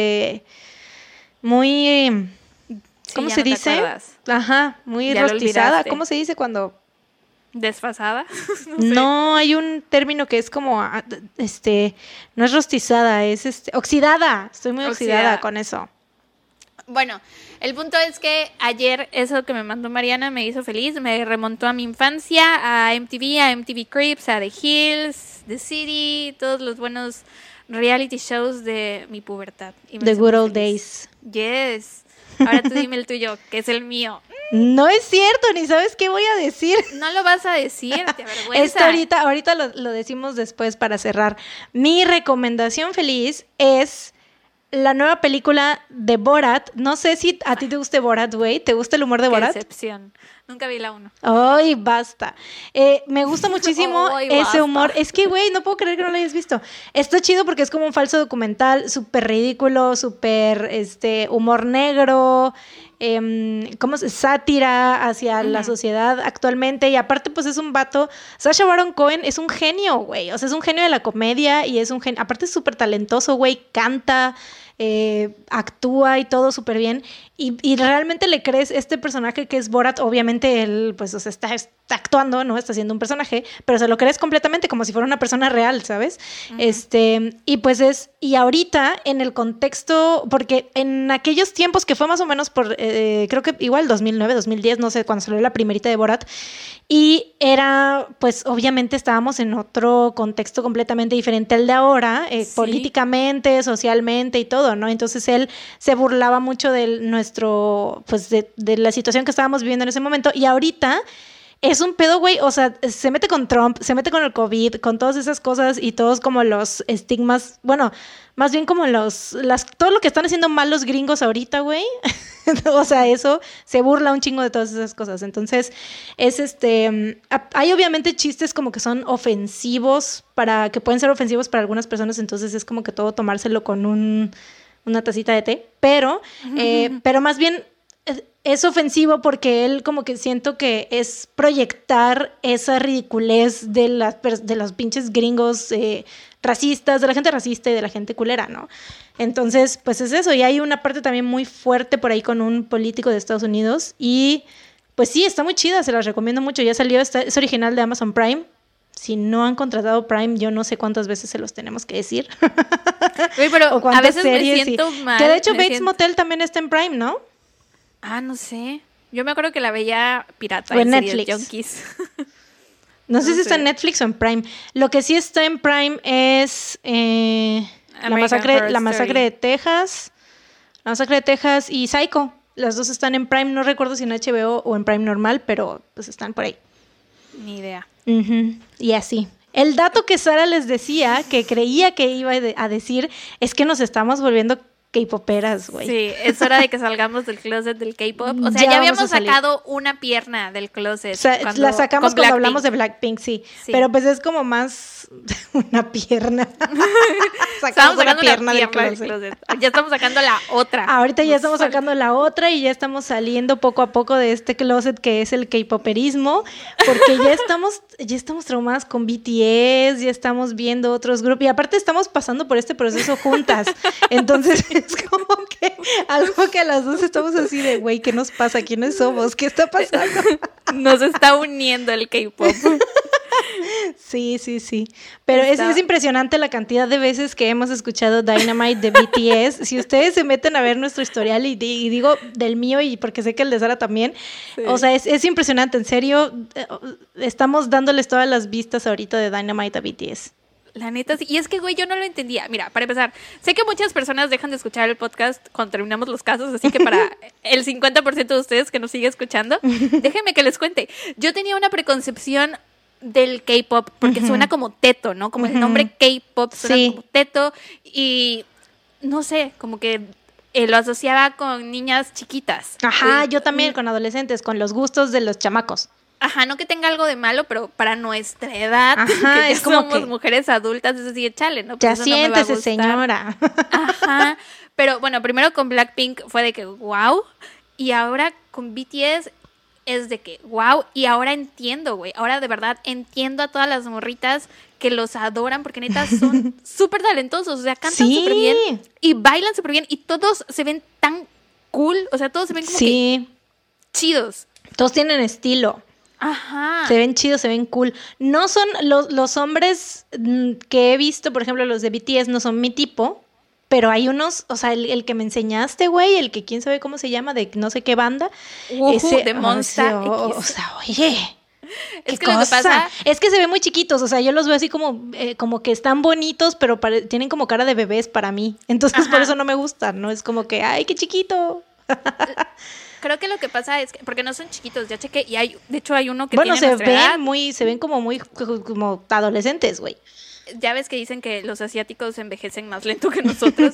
muy, ¿cómo se dice? Ajá, muy ya rostizada. ¿Cómo se dice cuando? ¿Desfasada? No, hay un término que es como, no es rostizada, es oxidada. Estoy muy oxidada con eso. Bueno, el punto es que ayer eso que me mandó Mariana me hizo feliz, me remontó a mi infancia, a MTV Cribs, a The Hills, The City, todos los buenos reality shows de mi pubertad. The good old days. Yes. Ahora tú dime el tuyo, que es el mío. No es cierto, ni sabes qué voy a decir. No lo vas a decir, te avergüenza. Ahorita lo decimos después para cerrar. Mi recomendación feliz es la nueva película de Borat. No sé si a ti te guste Borat, güey. ¿Te gusta el humor de Borat? Qué decepción. Nunca vi la 1. Ay, basta. Me gusta muchísimo ese humor. Es que, güey, no puedo creer que no lo hayas visto. Está chido porque es como un falso documental, súper ridículo, súper humor negro, sátira hacia la sociedad actualmente. Y aparte, pues es un vato. Sacha Baron Cohen es un genio, güey. O sea, es un genio de la comedia y es un genio. Aparte, es súper talentoso, güey. Canta, actúa y todo súper bien. Y realmente le crees este personaje que es Borat. Obviamente él, pues, o sea, está actuando, ¿no? Está siendo un personaje, pero se lo crees completamente como si fuera una persona real, ¿sabes? Uh-huh. Y ahorita en el contexto, porque en aquellos tiempos que fue más o menos por, creo que igual 2009, 2010, no sé, cuando salió la primerita de Borat, y era, pues obviamente estábamos en otro contexto completamente diferente al de ahora, sí, políticamente, socialmente y todo, ¿no? Entonces él se burlaba mucho de de la situación que estábamos viviendo en ese momento, y ahorita es un pedo, güey, o sea, se mete con Trump, se mete con el COVID, con todas esas cosas y todos como los estigmas, bueno, más bien como todo lo que están haciendo mal los gringos ahorita, güey. O sea, eso se burla un chingo de todas esas cosas. Entonces, hay obviamente chistes como que son ofensivos que pueden ser ofensivos para algunas personas, entonces es como que todo tomárselo con una tacita de té, pero más bien es ofensivo porque él como que siento que es proyectar esa ridiculez de los pinches gringos racistas, de la gente racista y de la gente culera, ¿no? Entonces, pues es eso. Y hay una parte también muy fuerte por ahí con un político de Estados Unidos y pues sí, está muy chida, se las recomiendo mucho. Ya salió, es original de Amazon Prime. Si no han contratado Prime, yo no sé cuántas veces se los tenemos que decir. Uy, pero a veces series, me siento mal. Que de hecho Bates Motel también está en Prime, ¿no? Ah, no sé. Yo me acuerdo que la veía pirata o en Netflix. Junkies. No sé si está en Netflix o en Prime. Lo que sí está en Prime es la masacre de Texas. La masacre de Texas y Psycho. Las dos están en Prime. No recuerdo si en HBO o en Prime normal, pero pues están por ahí. Ni idea. Uh-huh. Y así. El dato que Sara les decía, que creía que iba a decir, es que nos estamos volviendo K-poperas, güey. Sí, es hora de que salgamos del closet del K-pop. O sea, ya habíamos sacado una pierna del closet. O sea, la sacamos cuando hablamos de Blackpink, sí. Pero pues es como más una pierna. Sacamos una pierna del closet. Ya estamos sacando la otra. Ahorita ya estamos sacando la otra y ya estamos saliendo poco a poco de este closet que es el K-poperismo, porque ya estamos traumadas con BTS, ya estamos viendo otros grupos y aparte estamos pasando por este proceso juntas. Entonces es como que algo que a las dos estamos así de, güey, ¿qué nos pasa? ¿Quiénes somos? ¿Qué está pasando? Nos está uniendo el K-pop. Sí. Pero es impresionante la cantidad de veces que hemos escuchado Dynamite de BTS. Si ustedes se meten a ver nuestro historial y digo del mío y porque sé que el de Sara también, sí. O sea, es impresionante, en serio, estamos dándoles todas las vistas ahorita de Dynamite a BTS. La neta, sí. Y es que, güey, yo no lo entendía. Mira, para empezar, sé que muchas personas dejan de escuchar el podcast cuando terminamos los casos, así que para el 50% de ustedes que nos sigue escuchando, déjenme que les cuente. Yo tenía una preconcepción del K-pop porque suena como teto, ¿no? Como el nombre K-pop suena como teto y no sé, como que lo asociaba con niñas chiquitas. Ajá, yo también con adolescentes, con los gustos de los chamacos. Ajá, no que tenga algo de malo, pero para nuestra edad, ajá, que ya es como somos que mujeres adultas, es decir, chale, ¿no? Pues ya siéntese, no señora. Ajá, pero bueno, primero con Blackpink fue de que wow, y ahora con BTS es de que wow, y ahora entiendo, güey, ahora de verdad entiendo a todas las morritas que los adoran, porque neta son súper talentosos, o sea, cantan súper bien y bailan súper bien, y todos se ven tan cool, o sea, todos se ven como que chidos. Todos tienen estilo. Ajá. Se ven chidos, se ven cool. No son los hombres que he visto, por ejemplo, los de BTS no son mi tipo, pero hay unos, o sea, el que me enseñaste, güey, el que quién sabe cómo se llama, de no sé qué banda. Ese, de Monster X. O sea, oye, es que lo que pasa es que se ven muy chiquitos, o sea, yo los veo así como que están bonitos, pero tienen como cara de bebés para mí. Entonces, por eso no me gustan, ¿no? Es como que, ay, qué chiquito. Creo que lo que pasa es que, porque no son chiquitos, ya chequé, y de hecho hay uno que tiene nuestra edad. Se ven como adolescentes, güey. Ya ves que dicen que los asiáticos envejecen más lento que nosotros.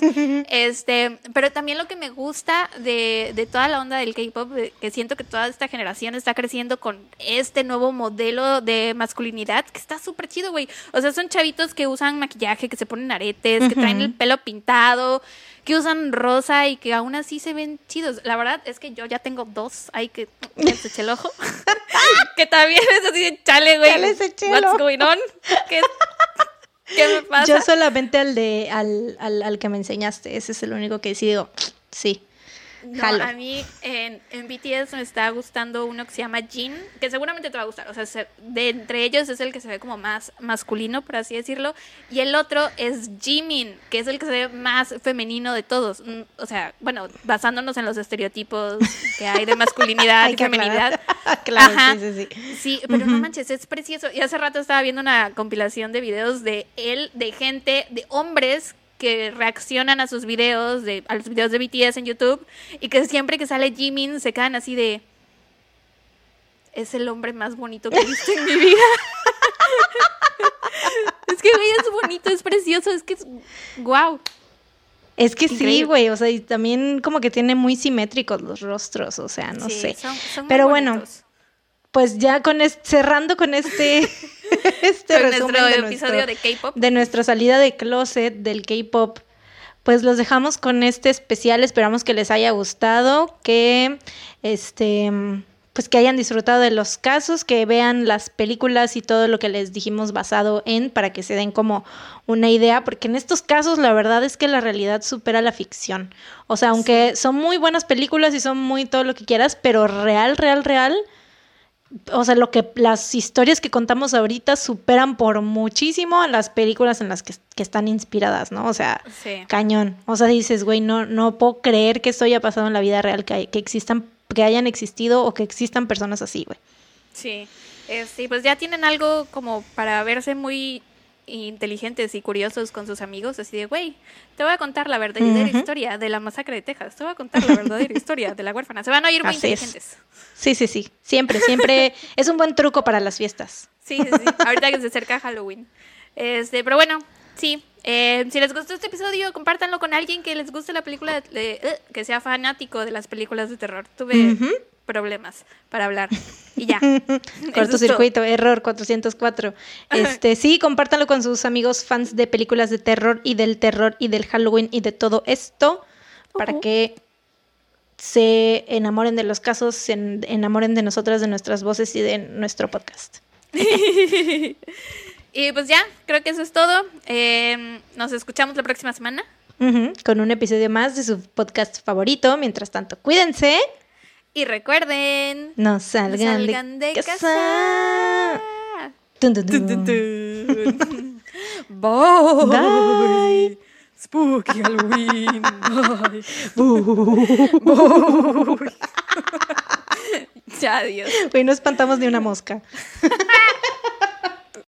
Pero también lo que me gusta de toda la onda del K-pop, que siento que toda esta generación está creciendo con este nuevo modelo de masculinidad, que está súper chido, güey. O sea, son chavitos que usan maquillaje, que se ponen aretes, que traen el pelo pintado, que usan rosa y que aún así se ven chidos. La verdad es que yo ya tengo dos ahí que les eché el ojo. Que también es así de chale, güey. What's going on? ¿Qué me pasa? Yo solamente al que me enseñaste, ese es el único que sí digo, sí. No, jalo. a mí en BTS me está gustando uno que se llama Jin, que seguramente te va a gustar. O sea, de entre ellos es el que se ve como más masculino, por así decirlo. Y el otro es Jimin, que es el que se ve más femenino de todos. O sea, bueno, basándonos en los estereotipos que hay de masculinidad y feminidad. Claro, Ajá. sí. Sí, pero no manches, es precioso. Y hace rato estaba viendo una compilación de videos de él, de gente, de hombres que reaccionan a sus videos, a los videos de BTS en YouTube, y que siempre que sale Jimin se quedan así de... Es el hombre más bonito que he visto en mi vida. Es que, güey, es bonito, es precioso, es que es... ¡Guau! Es que Increíble. sí, güey, o sea, y también como que tiene muy simétricos los rostros, o sea, no Sí, sé. son muy Pero bueno, bonitos. pues ya cerrando con este Con resumen nuestro episodio de K-pop. de nuestra salida de closet del K-pop, pues los dejamos con este especial. Esperamos que les haya gustado, que pues que hayan disfrutado de los casos, que vean las películas y todo lo que les dijimos basado en, para que se den como una idea, porque en estos casos la verdad es que la realidad supera la ficción. O sea, aunque son muy buenas películas y son muy todo lo que quieras, pero real, o sea, las historias que contamos ahorita superan por muchísimo a las películas en las que están inspiradas, ¿no? O sea, Sí. cañón. O sea, dices, güey, no puedo creer que esto haya pasado en la vida real, que hayan existido o que existan personas así, güey. Sí, sí, pues ya tienen algo como para verse muy inteligentes y curiosos con sus amigos, así de, güey, te voy a contar la verdadera historia de la masacre de Texas, te voy a contar la verdadera historia de la huérfana. Se van a oír muy Así es. inteligentes. Sí. Siempre es un buen truco para las fiestas. Sí. Ahorita que se acerca Halloween. Pero bueno, sí. Si les gustó este episodio, compártanlo con alguien que les guste la película, que sea fanático de las películas de terror. Tuve problemas para hablar. Y ya. Cortocircuito, error 404. Sí, compártanlo con sus amigos fans de películas de terror y del Halloween y de todo esto, para que se enamoren de los casos, se enamoren de nosotras, de nuestras voces y de nuestro podcast. Y pues ya, creo que eso es todo. Nos escuchamos la próxima semana. Con un episodio más de su podcast favorito. Mientras tanto, cuídense. Y recuerden, No salgan de casa. Tun, tun, tun. Tun, tun, tun. Bye. Bye. Spooky Halloween. Bye. Ya, adiós. Güey, no espantamos ni una mosca.